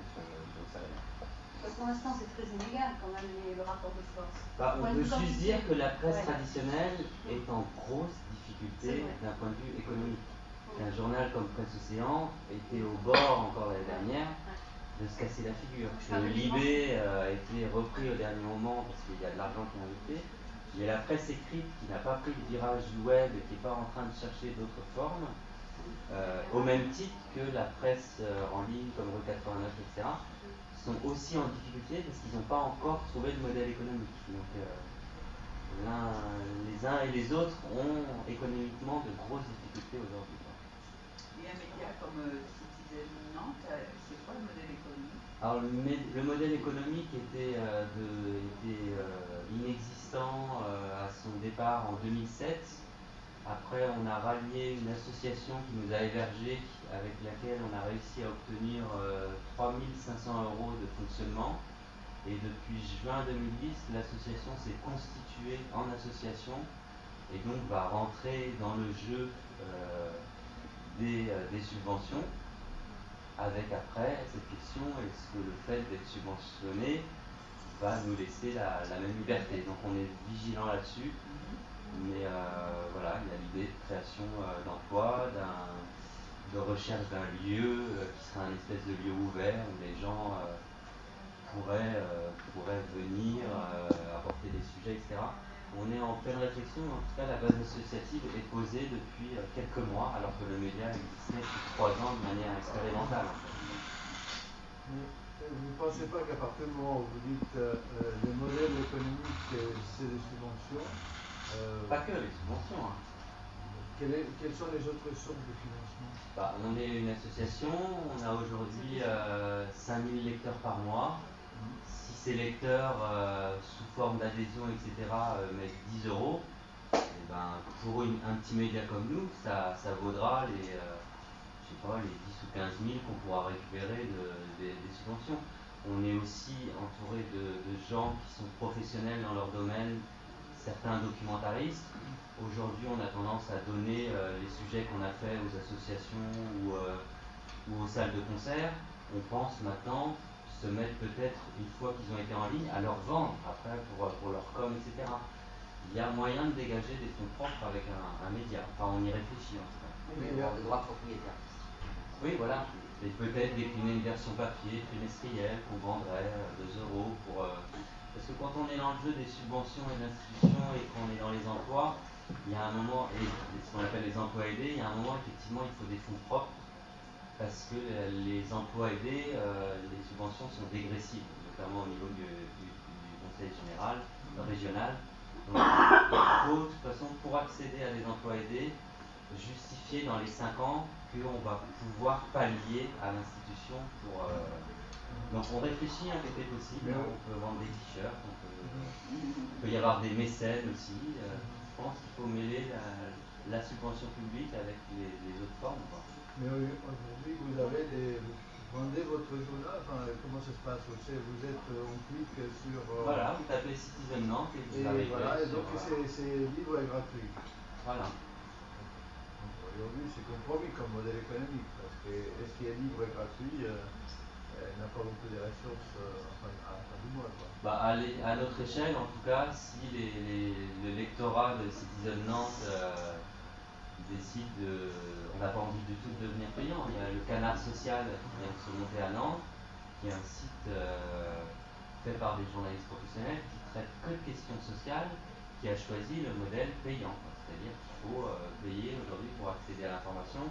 Parce que pour l'instant, c'est très inégal quand même les, le rapport de force. Bah, on peut juste dire que la presse ouais. traditionnelle est en grosse difficulté d'un point de vue économique. Ouais. Un journal comme Presse Océan était au bord encore l'année dernière de se casser la figure. Le Libé euh, a été repris au dernier moment parce qu'il y a de l'argent qui est invité. Mais la presse écrite qui n'a pas pris le virage du web et qui n'est pas en train de chercher d'autres formes, euh, au même titre que la presse euh, en ligne comme Rue quatre-vingt-neuf, et cetera, sont aussi en difficulté parce qu'ils n'ont pas encore trouvé de modèle économique. Donc euh, l'un, les uns et les autres ont économiquement de grosses difficultés aujourd'hui. Et un média comme euh, Citizen Nantes, c'est quoi le modèle économique? Alors le, le modèle économique était, euh, de, était euh, inexistant euh, à son départ en deux mille sept. Après, on a rallié une association qui nous a hébergés, avec laquelle on a réussi à obtenir euh, trois mille cinq cents euros de fonctionnement. Et depuis juin deux mille dix, l'association s'est constituée en association et donc va rentrer dans le jeu euh, des, euh, des subventions, avec après cette question, est-ce que le fait d'être subventionné va nous laisser la, la même liberté? Donc on est vigilant là-dessus, mais euh, voilà, il y a l'idée de création euh, d'emploi, d'un, de recherche d'un lieu euh, qui sera un espèce de lieu ouvert où les gens euh, pourraient, euh, pourraient venir euh, apporter des sujets, et cetera. On est en pleine réflexion, en tout cas la base associative est posée depuis euh, quelques mois, alors que le média existait depuis trois ans de manière expérimentale. Mais vous ne pensez pas qu'à partir du moment où vous dites euh, euh, le modèle économique euh, c'est les subventions, euh, pas que les subventions. Hein. Quelle est, quelles sont les autres sources de financement? Bah, on est une association, on a aujourd'hui euh, cinq mille lecteurs par mois. Si ces lecteurs, euh, sous forme d'adhésion, et cetera, euh, mettent dix euros, et ben, pour une, un petit média comme nous, ça, ça vaudra les, euh, je sais pas, les dix ou quinze mille qu'on pourra récupérer de, de, des subventions. On est aussi entouré de, de gens qui sont professionnels dans leur domaine, certains documentaristes. Aujourd'hui, on a tendance à donner euh, les sujets qu'on a faits aux associations ou, euh, ou aux salles de concert. On pense maintenant se mettre peut-être, une fois qu'ils ont été en ligne, à leur vendre après pour, pour leur com, et cetera. Il y a moyen de dégager des fonds propres avec un, un média. Enfin, on y réfléchit en tout cas. Oui, mais le droit propriétaire. Oui, voilà. Et peut-être décliner une version papier trimestrielle qu'on vendrait deux euros pour... Euh, parce que quand on est dans le jeu des subventions et de l'institution et qu'on est dans les emplois, il y a un moment, et ce qu'on appelle les emplois aidés, il y a un moment, effectivement, il faut des fonds propres parce que les emplois aidés, euh, les subventions sont dégressives, notamment au niveau du, du, du conseil général, régional. Donc, il faut, de toute façon, pour accéder à des emplois aidés, justifier dans les cinq ans qu'on va pouvoir pallier à l'institution pour... Euh... Donc on réfléchit à ce qui est possible, on peut vendre des t-shirts, on peut... il peut y avoir des mécènes aussi. Euh, je pense qu'il faut mêler la, la subvention publique avec les, les autres formes. Quoi. Mais aujourd'hui, vous avez des... Vous vendez votre journal, enfin, comment ça se passe? Vous êtes, on clique sur... Euh... Voilà, vous tapez Citizen Nantes et vous et arrivez voilà, et donc sur... c'est libre et gratuit. Voilà. Aujourd'hui, c'est compromis comme modèle économique, parce que est-ce qu'il est libre et gratuit euh, n'a pas beaucoup de ressources euh, enfin, à la fin du mois. Quoi. Bah, à, à notre échelle, en tout cas, si les, les, le lectorat de Citizen Nantes euh, décide de... On n'a pas envie du tout de devenir payant. Il y a le Canard Social qui vient de se monter à Nantes, qui est un site euh, fait par des journalistes professionnels qui traite que de questions sociales, qui a choisi le modèle payant. C'est-à-dire qu'il faut euh, payer aujourd'hui pour accéder à l'information.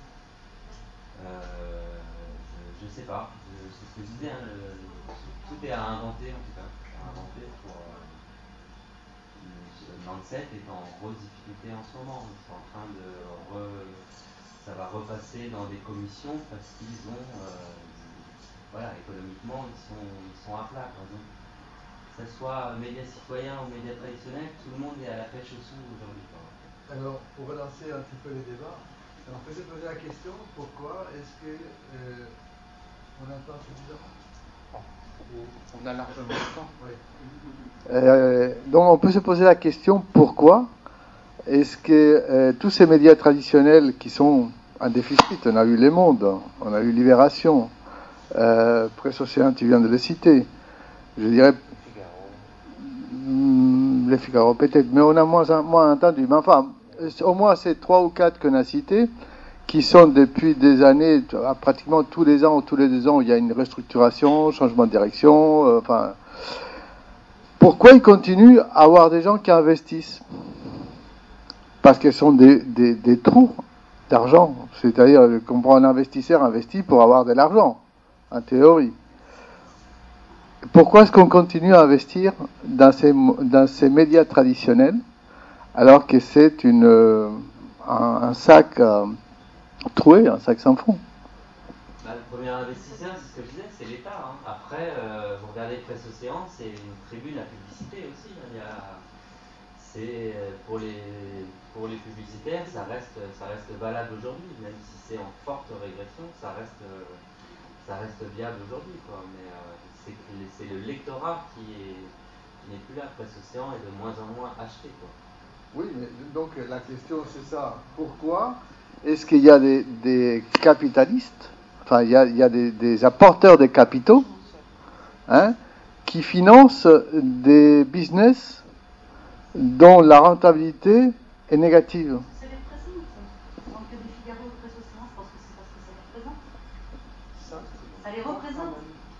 Euh, je ne sais pas, c'est ce que je disais, hein, le, tout est à inventer en tout cas. À inventer pour... Euh, Nantes sept est en grosse difficulté en ce moment. Ils sont en train de... Re, ça va repasser dans des commissions parce qu'ils ont... Euh, voilà, économiquement, ils sont, ils sont à plat. Quoi. Donc, que ce soit médias citoyens ou médias traditionnels, tout le monde est à la pêche au sous aujourd'hui. Alors, pour relancer un petit peu les débats, on peut se poser la question, pourquoi est-ce que euh, on entend suffisamment? On a largement le temps. Oui. Euh, donc on peut se poser la question, pourquoi est-ce que euh, tous ces médias traditionnels qui sont en déficit, on a eu Les Mondes, on a eu Libération, euh, Presse Océan, tu viens de le citer, je dirais... Les Figaro peut-être, mais on a moins, moins entendu. Mais enfin, au moins ces trois ou quatre qu'on a cités, qui sont depuis des années, pratiquement tous les ans ou tous les deux ans, il y a une restructuration, changement de direction. Euh, enfin, pourquoi ils continuent à avoir des gens qui investissent? Parce qu'ils sont des, des, des trous d'argent. C'est-à-dire, qu'on prend un investisseur investit pour avoir de l'argent, en théorie. Pourquoi est-ce qu'on continue à investir dans ces, dans ces médias traditionnels alors que c'est une, euh, un, un sac euh, troué, un sac sans fond? Bah, le premier investisseur, c'est ce que je disais, c'est l'État. Hein. Après, euh, vous regardez Presse Océan, c'est une tribune à publicité aussi. Hein. Il y a, c'est, pour, les, pour les publicitaires, ça reste, ça reste valable aujourd'hui, même si c'est en forte régression, ça reste, ça reste viable aujourd'hui. Quoi. Mais euh, c'est, c'est le lectorat qui, est, qui n'est plus là. Presse Océan est de moins en moins acheté. Quoi. Oui, mais donc la question c'est ça. Pourquoi est-ce qu'il y a des, des capitalistes, enfin il y a, il y a des, des apporteurs de capitaux, hein, qui financent des business dont la rentabilité est négative? Ça les représente. Dans le cas du Figaro et Presse Océan, je pense que c'est parce que ça les représente. Ça les représente.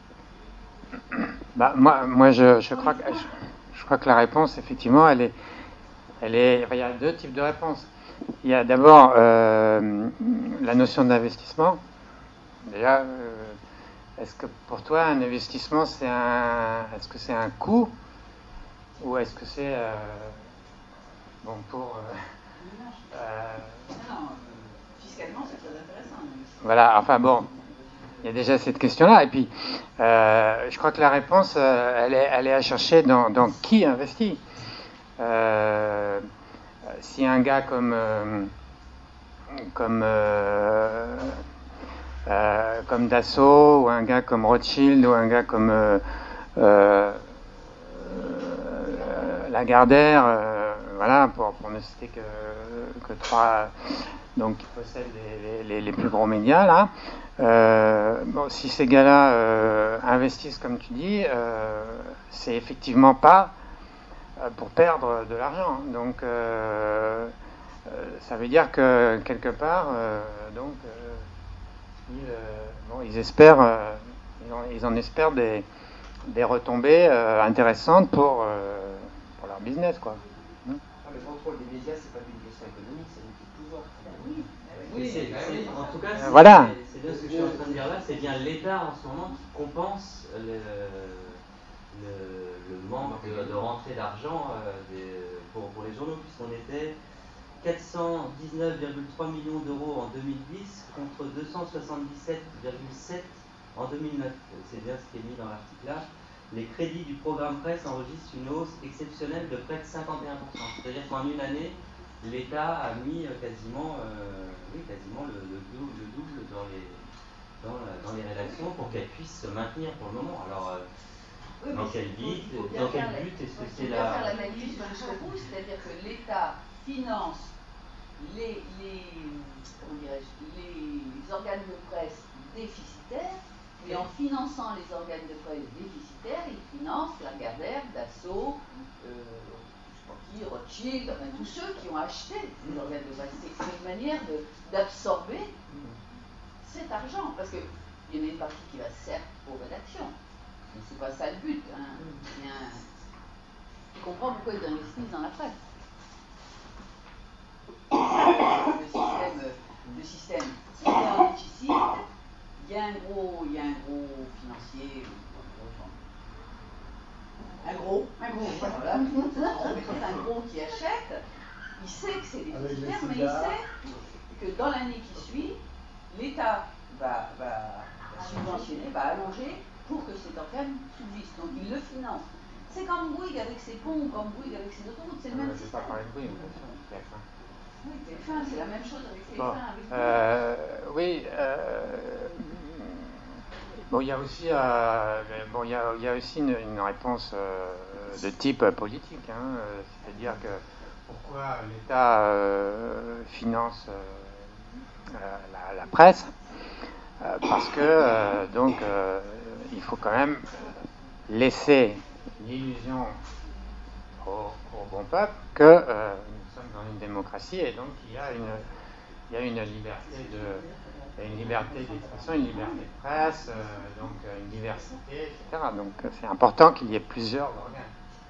Bah, moi, moi je, je, crois que, je, je crois que la réponse, effectivement, elle est, elle est, il y a deux types de réponses. Il y a d'abord euh, la notion d'investissement. Déjà, euh, est-ce que pour toi, un investissement, c'est un, est-ce que c'est un coût ou est-ce que c'est euh, bon pour euh, euh, non, fiscalement, c'est très intéressant. Voilà, enfin bon. Il y a déjà cette question-là. Et puis, euh, je crois que la réponse, euh, elle, est, elle est à chercher dans, dans qui investit. Euh, si un gars comme, euh, comme, euh, euh, comme Dassault, ou un gars comme Rothschild, ou un gars comme euh, euh, Lagardère, euh, voilà, pour, pour ne citer que, que trois, donc qui possèdent les, les, les plus gros médias, là. Euh, bon, si ces gars-là euh, investissent comme tu dis, euh, c'est effectivement pas euh, pour perdre de l'argent. Donc, euh, euh, ça veut dire que quelque part, euh, donc, euh, ils, euh, bon, ils espèrent, euh, ils, en, ils en espèrent des, des retombées euh, intéressantes pour, euh, pour leur business, quoi. Ah, le contrôle des médias, c'est pas une question économique, c'est une question de pouvoir. Oui. Oui, c'est, c'est, en tout cas, c'est, voilà. c'est, c'est bien ce que je suis en train de dire là, c'est bien l'État en ce moment qui compense le, le, le manque de, de rentrée d'argent euh, des, pour, pour les journaux, puisqu'on était quatre cent dix-neuf virgule trois millions d'euros en deux mille dix contre deux cent soixante-dix-sept virgule sept en deux mille neuf. C'est bien ce qui est mis dans l'article là. Les crédits du programme presse enregistrent une hausse exceptionnelle de près de cinquante et un pour cent. C'est-à-dire qu'en une année, l'État a mis quasiment, euh, oui, quasiment le, le, double, le double dans les, dans, dans les rédactions pour qu'elles puissent se maintenir pour le moment. Alors, euh, oui, dans quel but, dans quel but est-ce que c'est la... Il faut bien faire l'analyse jusqu'au bout, c'est-à-dire que l'État finance les, les, comment dirais-je, les organes de presse déficitaires, et en finançant les organes de presse déficitaires, il finance Lagardère, Dassault, euh, qui, Rothschild, enfin tous ceux qui ont acheté ces organes de presse. C'est une manière de, d'absorber cet argent, parce qu'il y en a une partie qui va certes aux rédactions, mais c'est pas ça le but. Hein. Bien, tu comprends pourquoi ils investissent dans la presse. Le système, le système hyper difficile, il y a un gros, il y a un gros financier. Un gros, un gros, voilà. Mais quand un gros qui achète, il sait que c'est déficitaire, mais il sait que dans l'année qui suit, l'État va, va, va subventionner, va allonger pour que cet organe subsiste. Donc il le finance. C'est comme Bouygues avec ses ponts, comme Bouygues avec ses autoroutes, c'est le même système. Oui, T F un, c'est la même chose avec T F un. Bon, avec euh, oui. Euh, bon, il y a aussi, euh, bon, il y a, il y a aussi une, une réponse euh, de type politique, hein, euh, c'est-à-dire que pourquoi l'État euh, finance euh, la, la presse, euh, parce que euh, donc euh, il faut quand même laisser l'illusion au, au bon peuple que euh, nous sommes dans une démocratie et donc il y a une, il y a une liberté de, une liberté d'expression, une liberté de presse, euh, donc une diversité, et cetera. Donc c'est important qu'il y ait plusieurs organes.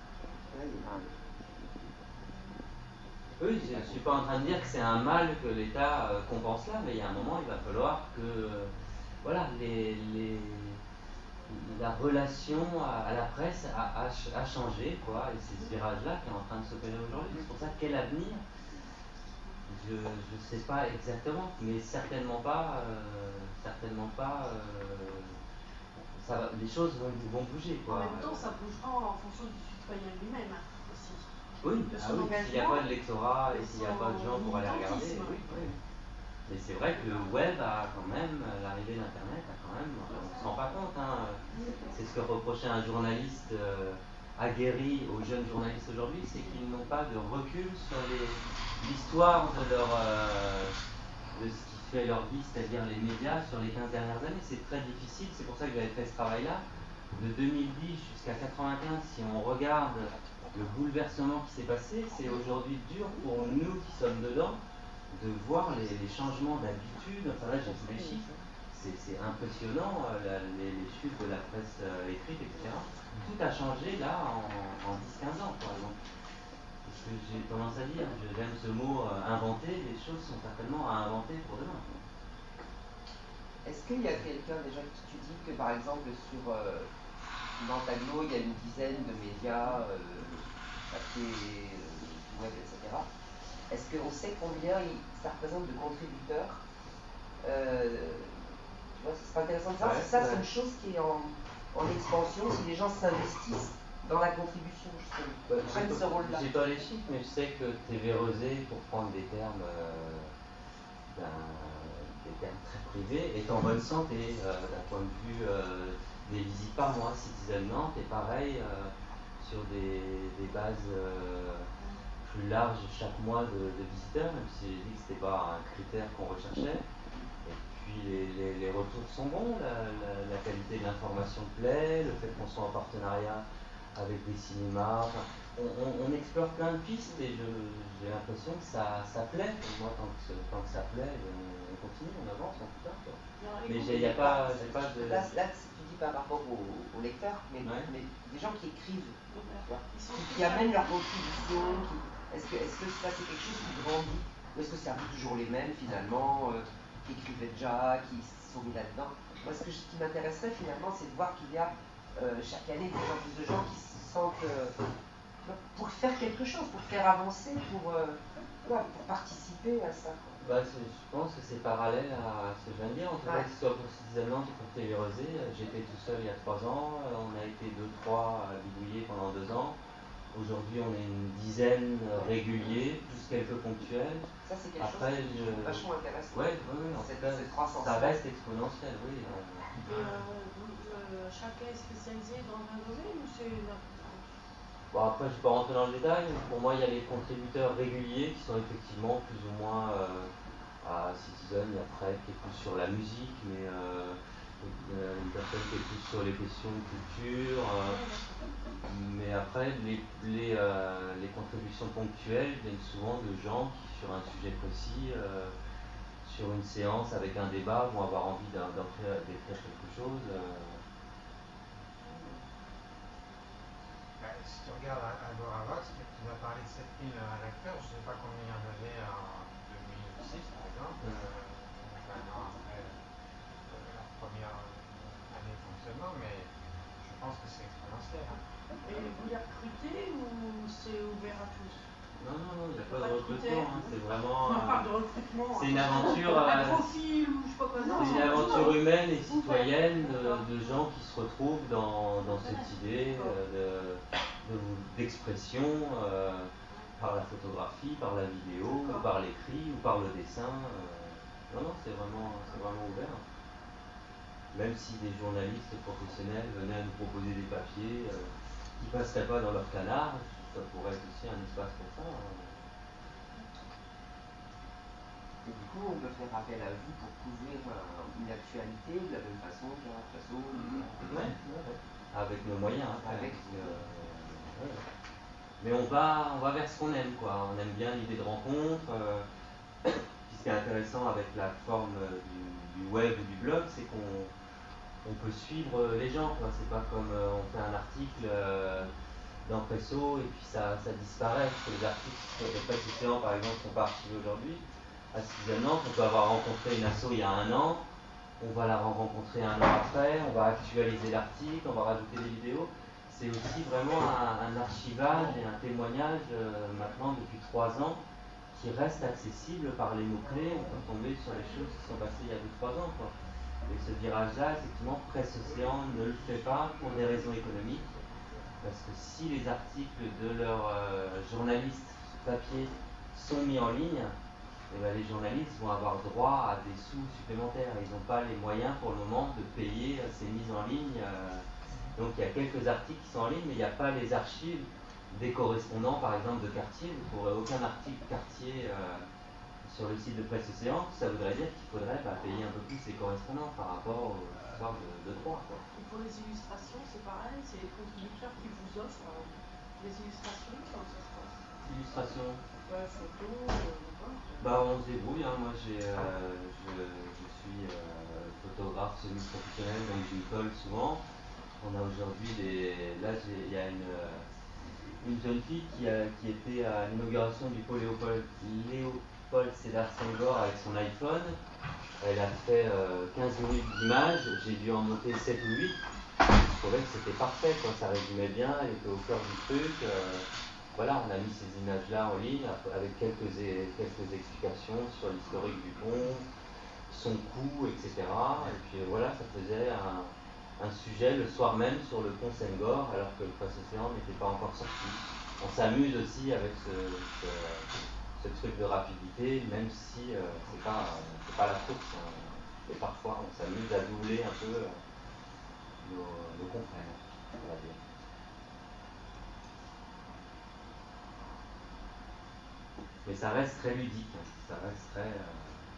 Oui, je ne suis pas en train de dire que c'est un mal que l'État euh, compense là, mais il y a un moment, il va falloir que euh, voilà, les, les, la relation à, à la presse a, a, a changé, quoi, et c'est ce virage-là qui est en train de s'opérer aujourd'hui. C'est pour ça quel avenir, je ne sais pas exactement, mais certainement pas, euh, certainement pas. Euh, ça va, les choses vont, vont bouger, quoi. En même temps, ça bougera en fonction du citoyen lui-même aussi. Oui, ah oui, s'il n'y a pas de lectorat et s'il n'y a pas de gens pour aller regarder, oui, oui. Mais c'est vrai que le web a quand même, l'arrivée d'Internet a quand même, on ne se rend pas compte, hein, c'est ce que reprochait un journaliste euh, aguerri aux jeunes journalistes aujourd'hui, c'est qu'ils n'ont pas de recul sur l'histoire de leur euh, de ce qui fait leur vie, c'est-à-dire les médias, sur les quinze dernières années. C'est très difficile, c'est pour ça que j'avais fait ce travail-là. De deux mille dix jusqu'à quatre-vingt-quinze, si on regarde le bouleversement qui s'est passé, c'est aujourd'hui dur pour nous qui sommes dedans de voir les, les changements d'habitude. Enfin là, j'ai tous les chiffres. C'est impressionnant, euh, la, les, les chiffres de la presse euh, écrite, et cetera. Tout a changé là en, en dix quinze ans, par exemple. Parce que j'ai tendance à dire, j'aime ce mot euh, inventer, les choses sont certainement à inventer pour demain. Est-ce qu'il y a quelqu'un déjà qui tu dis que par exemple sur euh, dans Tableau il y a une dizaine de médias, euh, papier, euh, web, et cetera. Est-ce qu'on sait combien il, ça représente de contributeurs euh, tu vois, c'est intéressant de savoir. Ouais, ça, ouais. C'est une chose qui est en, en expansion si les gens s'investissent dans la contribution, justement. Bah, prennent ce rôle-là. J'ai pas les chiffres, mais je sais que T V Rosé, pour prendre des termes, euh, des termes très privés, est en bonne santé euh, d'un point de vue euh, des visites par mois. Citizen Nantes est pareil euh, sur des, des bases euh, plus larges chaque mois de, de visiteurs, même si j'ai dit que c'était pas un critère qu'on recherchait. Puis les, les, les retours sont bons, la, la, la qualité de l'information plaît, le fait qu'on soit en partenariat avec des cinémas, enfin, on, on, on explore plein de pistes et j'ai l'impression que ça, ça plaît. Et moi, tant que, tant que ça plaît, on continue, on avance, on putain, quoi. Non, mais il n'y a pas, pas de... Là, là, tu dis par rapport aux, aux lecteurs, mais, ouais. mais des gens qui écrivent, tu vois, qui, qui amènent leur contribution, est-ce que, est-ce que ça c'est quelque chose qui grandit, ou est-ce que c'est un peu toujours les mêmes finalement euh, qui écrivaient déjà, qui sont mis là-dedans. Moi, ce, que, ce qui m'intéresserait finalement, c'est de voir qu'il y a euh, chaque année de plus en plus de gens qui se sentent euh, pour faire quelque chose, pour faire avancer, pour, euh, ouais, pour participer à ça. Bah, je pense que c'est parallèle à ce que je viens de dire. En tout cas, que ce soit pour Citizen Nantes ou pour T V Rosé, j'étais tout seul il y a trois ans, on a été deux, trois à bidouiller pendant deux ans. Aujourd'hui, on est une dizaine réguliers, plus quelques ponctuels. Ça, c'est quelque Après, chose qui est vachement intéressant. Oui, oui, oui. En fait, ça reste exponentiel, oui. Euh, euh, chacun est spécialisé dans un domaine ou c'est n'importe quoi? Bon, après, je ne vais pas rentrer dans le détail. Pour moi, il y a les contributeurs réguliers qui sont effectivement plus ou moins euh, à Citizen. Il y a Fred qui est plus sur la musique, mais euh, une personne qui est plus sur les questions de culture. Euh, mais après, les, les, euh, les contributions ponctuelles viennent souvent de gens qui, sur un sujet précis, euh, sur une séance avec un débat, vont avoir envie d'écrire quelque chose. Euh. Bah, si tu regardes Agoravox, tu vas parler de sept mille lecteurs, je ne sais pas combien il y en avait en deux mille six par exemple, mmh. euh, un an après euh, la première année de fonctionnement, mais je pense que c'est exponentiel. Hein. Et vous les recrutez ou c'est ouvert à tous? Non, non, non, il n'y a pas, pas de recrutement, hein. C'est vraiment. On parle de recrutement. C'est une aventure. Un profil ou je sais pas quoi. C'est une aventure humaine et citoyenne de, de gens qui se retrouvent dans, dans cette idée d'expression de, de, euh, par la photographie, par la vidéo, ou par l'écrit, ou par le dessin. Euh. Non, non, c'est vraiment, c'est vraiment ouvert. Même si des journalistes professionnels venaient à nous proposer des papiers euh, qui ne passeraient pas dans leur canard, ça pourrait être aussi un espace pour ça. Hein. Et du coup, on peut faire appel à vous pour couvrir une actualité de la même façon que la façon. Ouais, ouais, ouais. Avec nos moyens. Après, Avec. Que, euh, ouais. Mais on va, on va vers ce qu'on aime, quoi. On aime bien l'idée de rencontre. Euh, ce qui est intéressant avec la forme du, du web ou du blog, c'est qu'on on peut suivre les gens, quoi. C'est pas comme euh, on fait un article euh, dans Presso et puis ça, ça disparaît. Parce que les articles de Presse Océan, par exemple, sont pas archivés aujourd'hui. À Citizen Nantes, on peut avoir rencontré une asso il y a un an, on va la rencontrer un an après, on va actualiser l'article, on va rajouter des vidéos. C'est aussi vraiment un, un archivage et un témoignage euh, maintenant depuis trois ans qui reste accessible par les mots-clés. On peut tomber sur les choses qui sont passées il y a deux trois ans, quoi. Et ce virage-là, effectivement, Presse Océan ne le fait pas pour des raisons économiques, parce que si les articles de leurs euh, journalistes papier sont mis en ligne, eh bien, les journalistes vont avoir droit à des sous supplémentaires. Ils n'ont pas les moyens pour le moment de payer ces mises en ligne. Euh, Donc il y a quelques articles qui sont en ligne, mais il n'y a pas les archives des correspondants, par exemple, de quartier. Vous ne trouverez aucun article quartier euh, sur le site de Presse Océan. Ça voudrait dire qu'il faudrait bah, payer un peu plus les correspondants par rapport aux histoires de, de droit. Quoi. Et pour les illustrations, c'est pareil, c'est les contributeurs qui vous offrent euh, les illustrations, comment ça se passe? Illustration. Ouais, photo, euh, bah, on se débrouille. Hein. Moi, j'ai, euh, je, je suis euh, photographe semi-professionnel, donc j'y colle souvent. On a aujourd'hui des. Là, il y a une, une jeune fille qui, a, qui était à l'inauguration du pôle Léopold, Léopold Sédar Senghor avec son iPhone. Elle a fait euh, quinze minutes d'image, j'ai dû en monter sept ou huit. Je trouvais que c'était parfait, quoi. Ça résumait bien, elle était au cœur du truc. Euh, voilà, on a mis ces images-là en ligne avec quelques, quelques explications sur l'historique du pont, son coût, et cetera. Et puis voilà, ça faisait un. un sujet le soir même sur le pont Senghor, alors que le Presse Océan n'était pas encore sorti. On s'amuse aussi avec ce, ce, ce truc de rapidité, même si euh, c'est pas, c'est pas la course. Hein. Et parfois, on s'amuse à doubler un peu euh, nos, nos confrères, on va dire. Mais ça reste très ludique, hein. Ça reste très... Euh,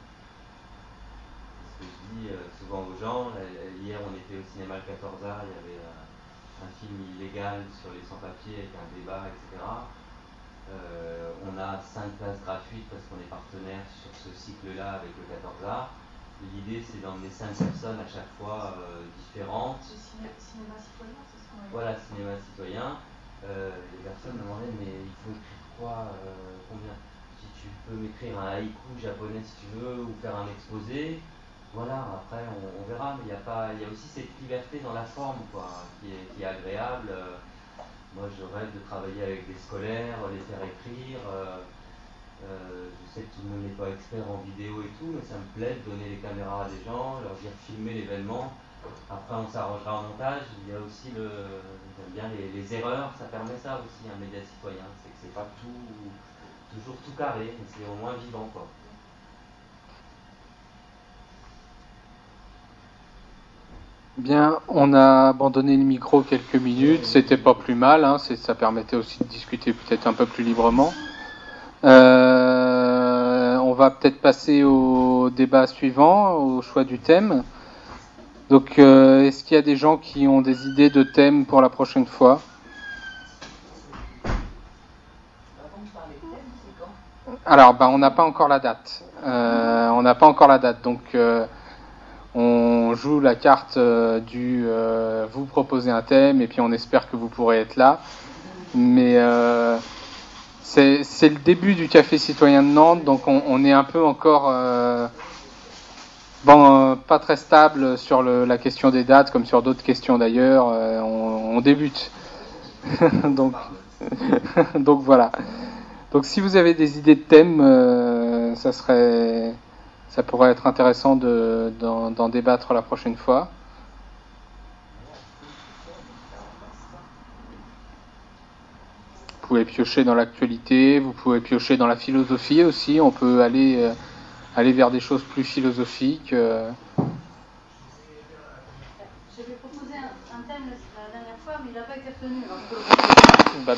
je dis euh, souvent aux gens, là, hier on était au cinéma le quatorze heures, il y avait euh, un film illégal sur les sans-papiers avec un débat, et cetera. Euh, on a cinq places gratuites parce qu'on est partenaire sur ce cycle-là avec le quatorze heures. L'idée c'est d'emmener cinq personnes à chaque fois euh, différentes. C'est ciné cinéma citoyen, c'est ce qu'on a dit. Voilà, cinéma citoyen. Euh, les personnes me demandaient mais il faut écrire quoi, euh, combien? Si tu peux m'écrire un haïku japonais si tu veux, ou faire un exposé. Voilà, après on, on verra, mais il y a pas, il y a aussi cette liberté dans la forme, quoi, qui est, qui est agréable. Euh, moi, je rêve de travailler avec des scolaires, les faire écrire. Euh, euh, je sais que tout le monde n'est pas expert en vidéo et tout, mais ça me plaît de donner les caméras à des gens, leur dire filmer l'événement. Après, on s'arrangera en montage. Il y a aussi le, j'aime bien les, les erreurs. Ça permet ça aussi, un média citoyen. C'est que c'est pas tout, toujours tout carré, mais c'est au moins vivant, quoi. Bien, on a abandonné le micro quelques minutes, c'était pas plus mal, hein, ça permettait aussi de discuter peut-être un peu plus librement. Euh, on va peut-être passer au débat suivant, au choix du thème. Donc, euh, est-ce qu'il y a des gens qui ont des idées de thèmes pour la prochaine fois? Alors, bah, on n'a pas encore la date. Euh, on n'a pas encore la date, donc... Euh, on joue la carte euh, du euh, vous proposez un thème et puis on espère que vous pourrez être là. Mais euh, c'est, c'est le début du Café Citoyen de Nantes, donc on, on est un peu encore euh, bon, euh, pas très stable sur le, la question des dates, comme sur d'autres questions d'ailleurs. Euh, on, on débute. donc, donc voilà. Donc si vous avez des idées de thèmes, euh, ça serait... Ça pourrait être intéressant de, d'en, d'en débattre la prochaine fois. Vous pouvez piocher dans l'actualité, vous pouvez piocher dans la philosophie aussi. On peut aller, euh, aller vers des choses plus philosophiques. Euh. J'avais proposé un, un thème la dernière fois, mais il n'a pas été retenu. Bah,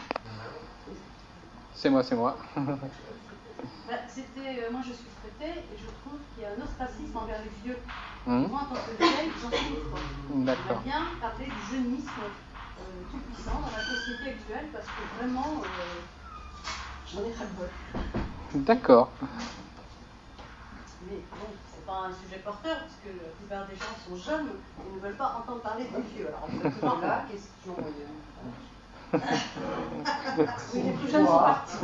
c'est moi, c'est moi. Bah, c'était, euh, moi je suis traitée et je trouve qu'il y a un ostracisme envers les vieux. Mmh. Moi en tant que vieille, j'en souffre. D'accord. J'aimerais bien parler du jeunisme euh, tout puissant dans la société actuelle parce que vraiment euh, j'en ai ras-le-bol. D'accord. Mais bon, c'est pas un sujet porteur parce que la plupart des gens sont jeunes et ne veulent pas entendre parler des vieux. Alors exactement la question. Euh... oui, les plus jeunes sont partis.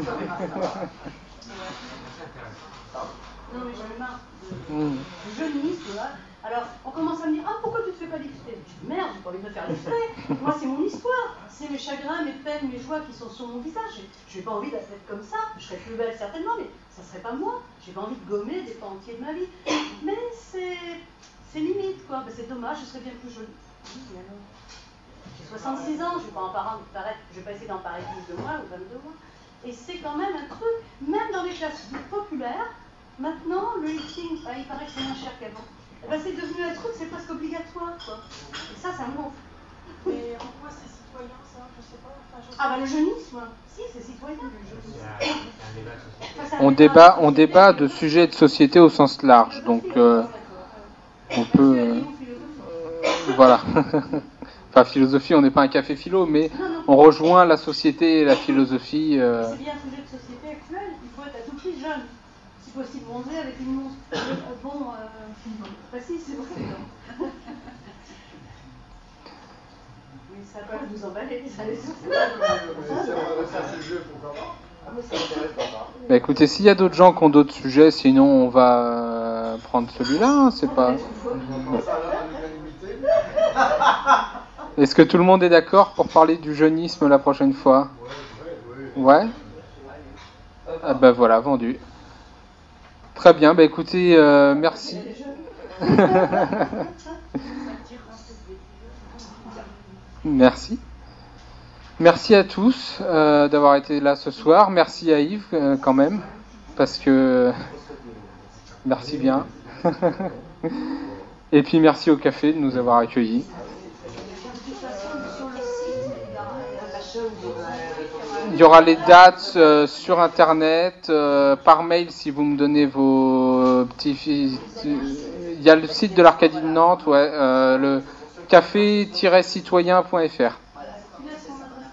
Non mais j'en ai marre de, mmh. du jeunisme là. Alors on commence à me dire ah pourquoi tu te fais pas lifter? Je dis merde, j'ai pas envie de me faire lifter. Moi c'est mon histoire, c'est mes chagrins, mes peines, mes joies qui sont sur mon visage. J'ai pas envie d'être comme ça. Je serais plus belle certainement, mais ça serait pas moi. J'ai pas envie de gommer des pans entiers de ma vie. Mais c'est c'est limite quoi. Ben, c'est dommage, je serais bien plus jolie. Oui, alors. J'ai soixante-six ans, je vais pas en paraître, je vais pas essayer d'en paraître dix de mois ou vingt-deux mois. Et c'est quand même un truc, même dans les classes populaires, maintenant, le lifting, bah, il paraît que c'est moins cher qu'avant. Eh ben, c'est devenu un truc, c'est presque obligatoire, quoi. Et ça, ça me gonfle. Mais en quoi c'est citoyen ça? Je sais pas. Enfin, je sais Ah bah pas. le jeunisme, si c'est citoyen le jeunisme. Enfin, c'est un On débat débat, de on société. débat de sujets de société au sens large, donc euh, on peut, euh, voilà. Enfin, philosophie, on n'est pas un café philo, mais on rejoint la société et la philosophie. euh, C'est bien un sujet de société actuelle, il faut être à tout prix jeune. Si possible bronzé avec une monstre. Euh, bon, euh, bah si, c'est vrai. Mais ça peut vous emballer, ça les Bah écoutez, s'il y a d'autres gens qui ont d'autres sujets, sinon on va euh, prendre celui-là, hein, c'est pas... Est-ce que tout le monde est d'accord pour parler du jeunisme la prochaine fois? Ouais. Ah bah voilà, vendu. Très bien, bah écoutez, euh, merci. Merci. Merci à tous euh, d'avoir été là ce soir. Merci à Yves euh, quand même, parce que... Merci bien. Et puis merci au café de nous avoir accueillis. Il y aura les dates euh, sur internet, euh, par mail si vous me donnez vos petits fils. Il y a le site de l'Arcadie de Nantes, ouais, euh, le café tiret citoyen point f r.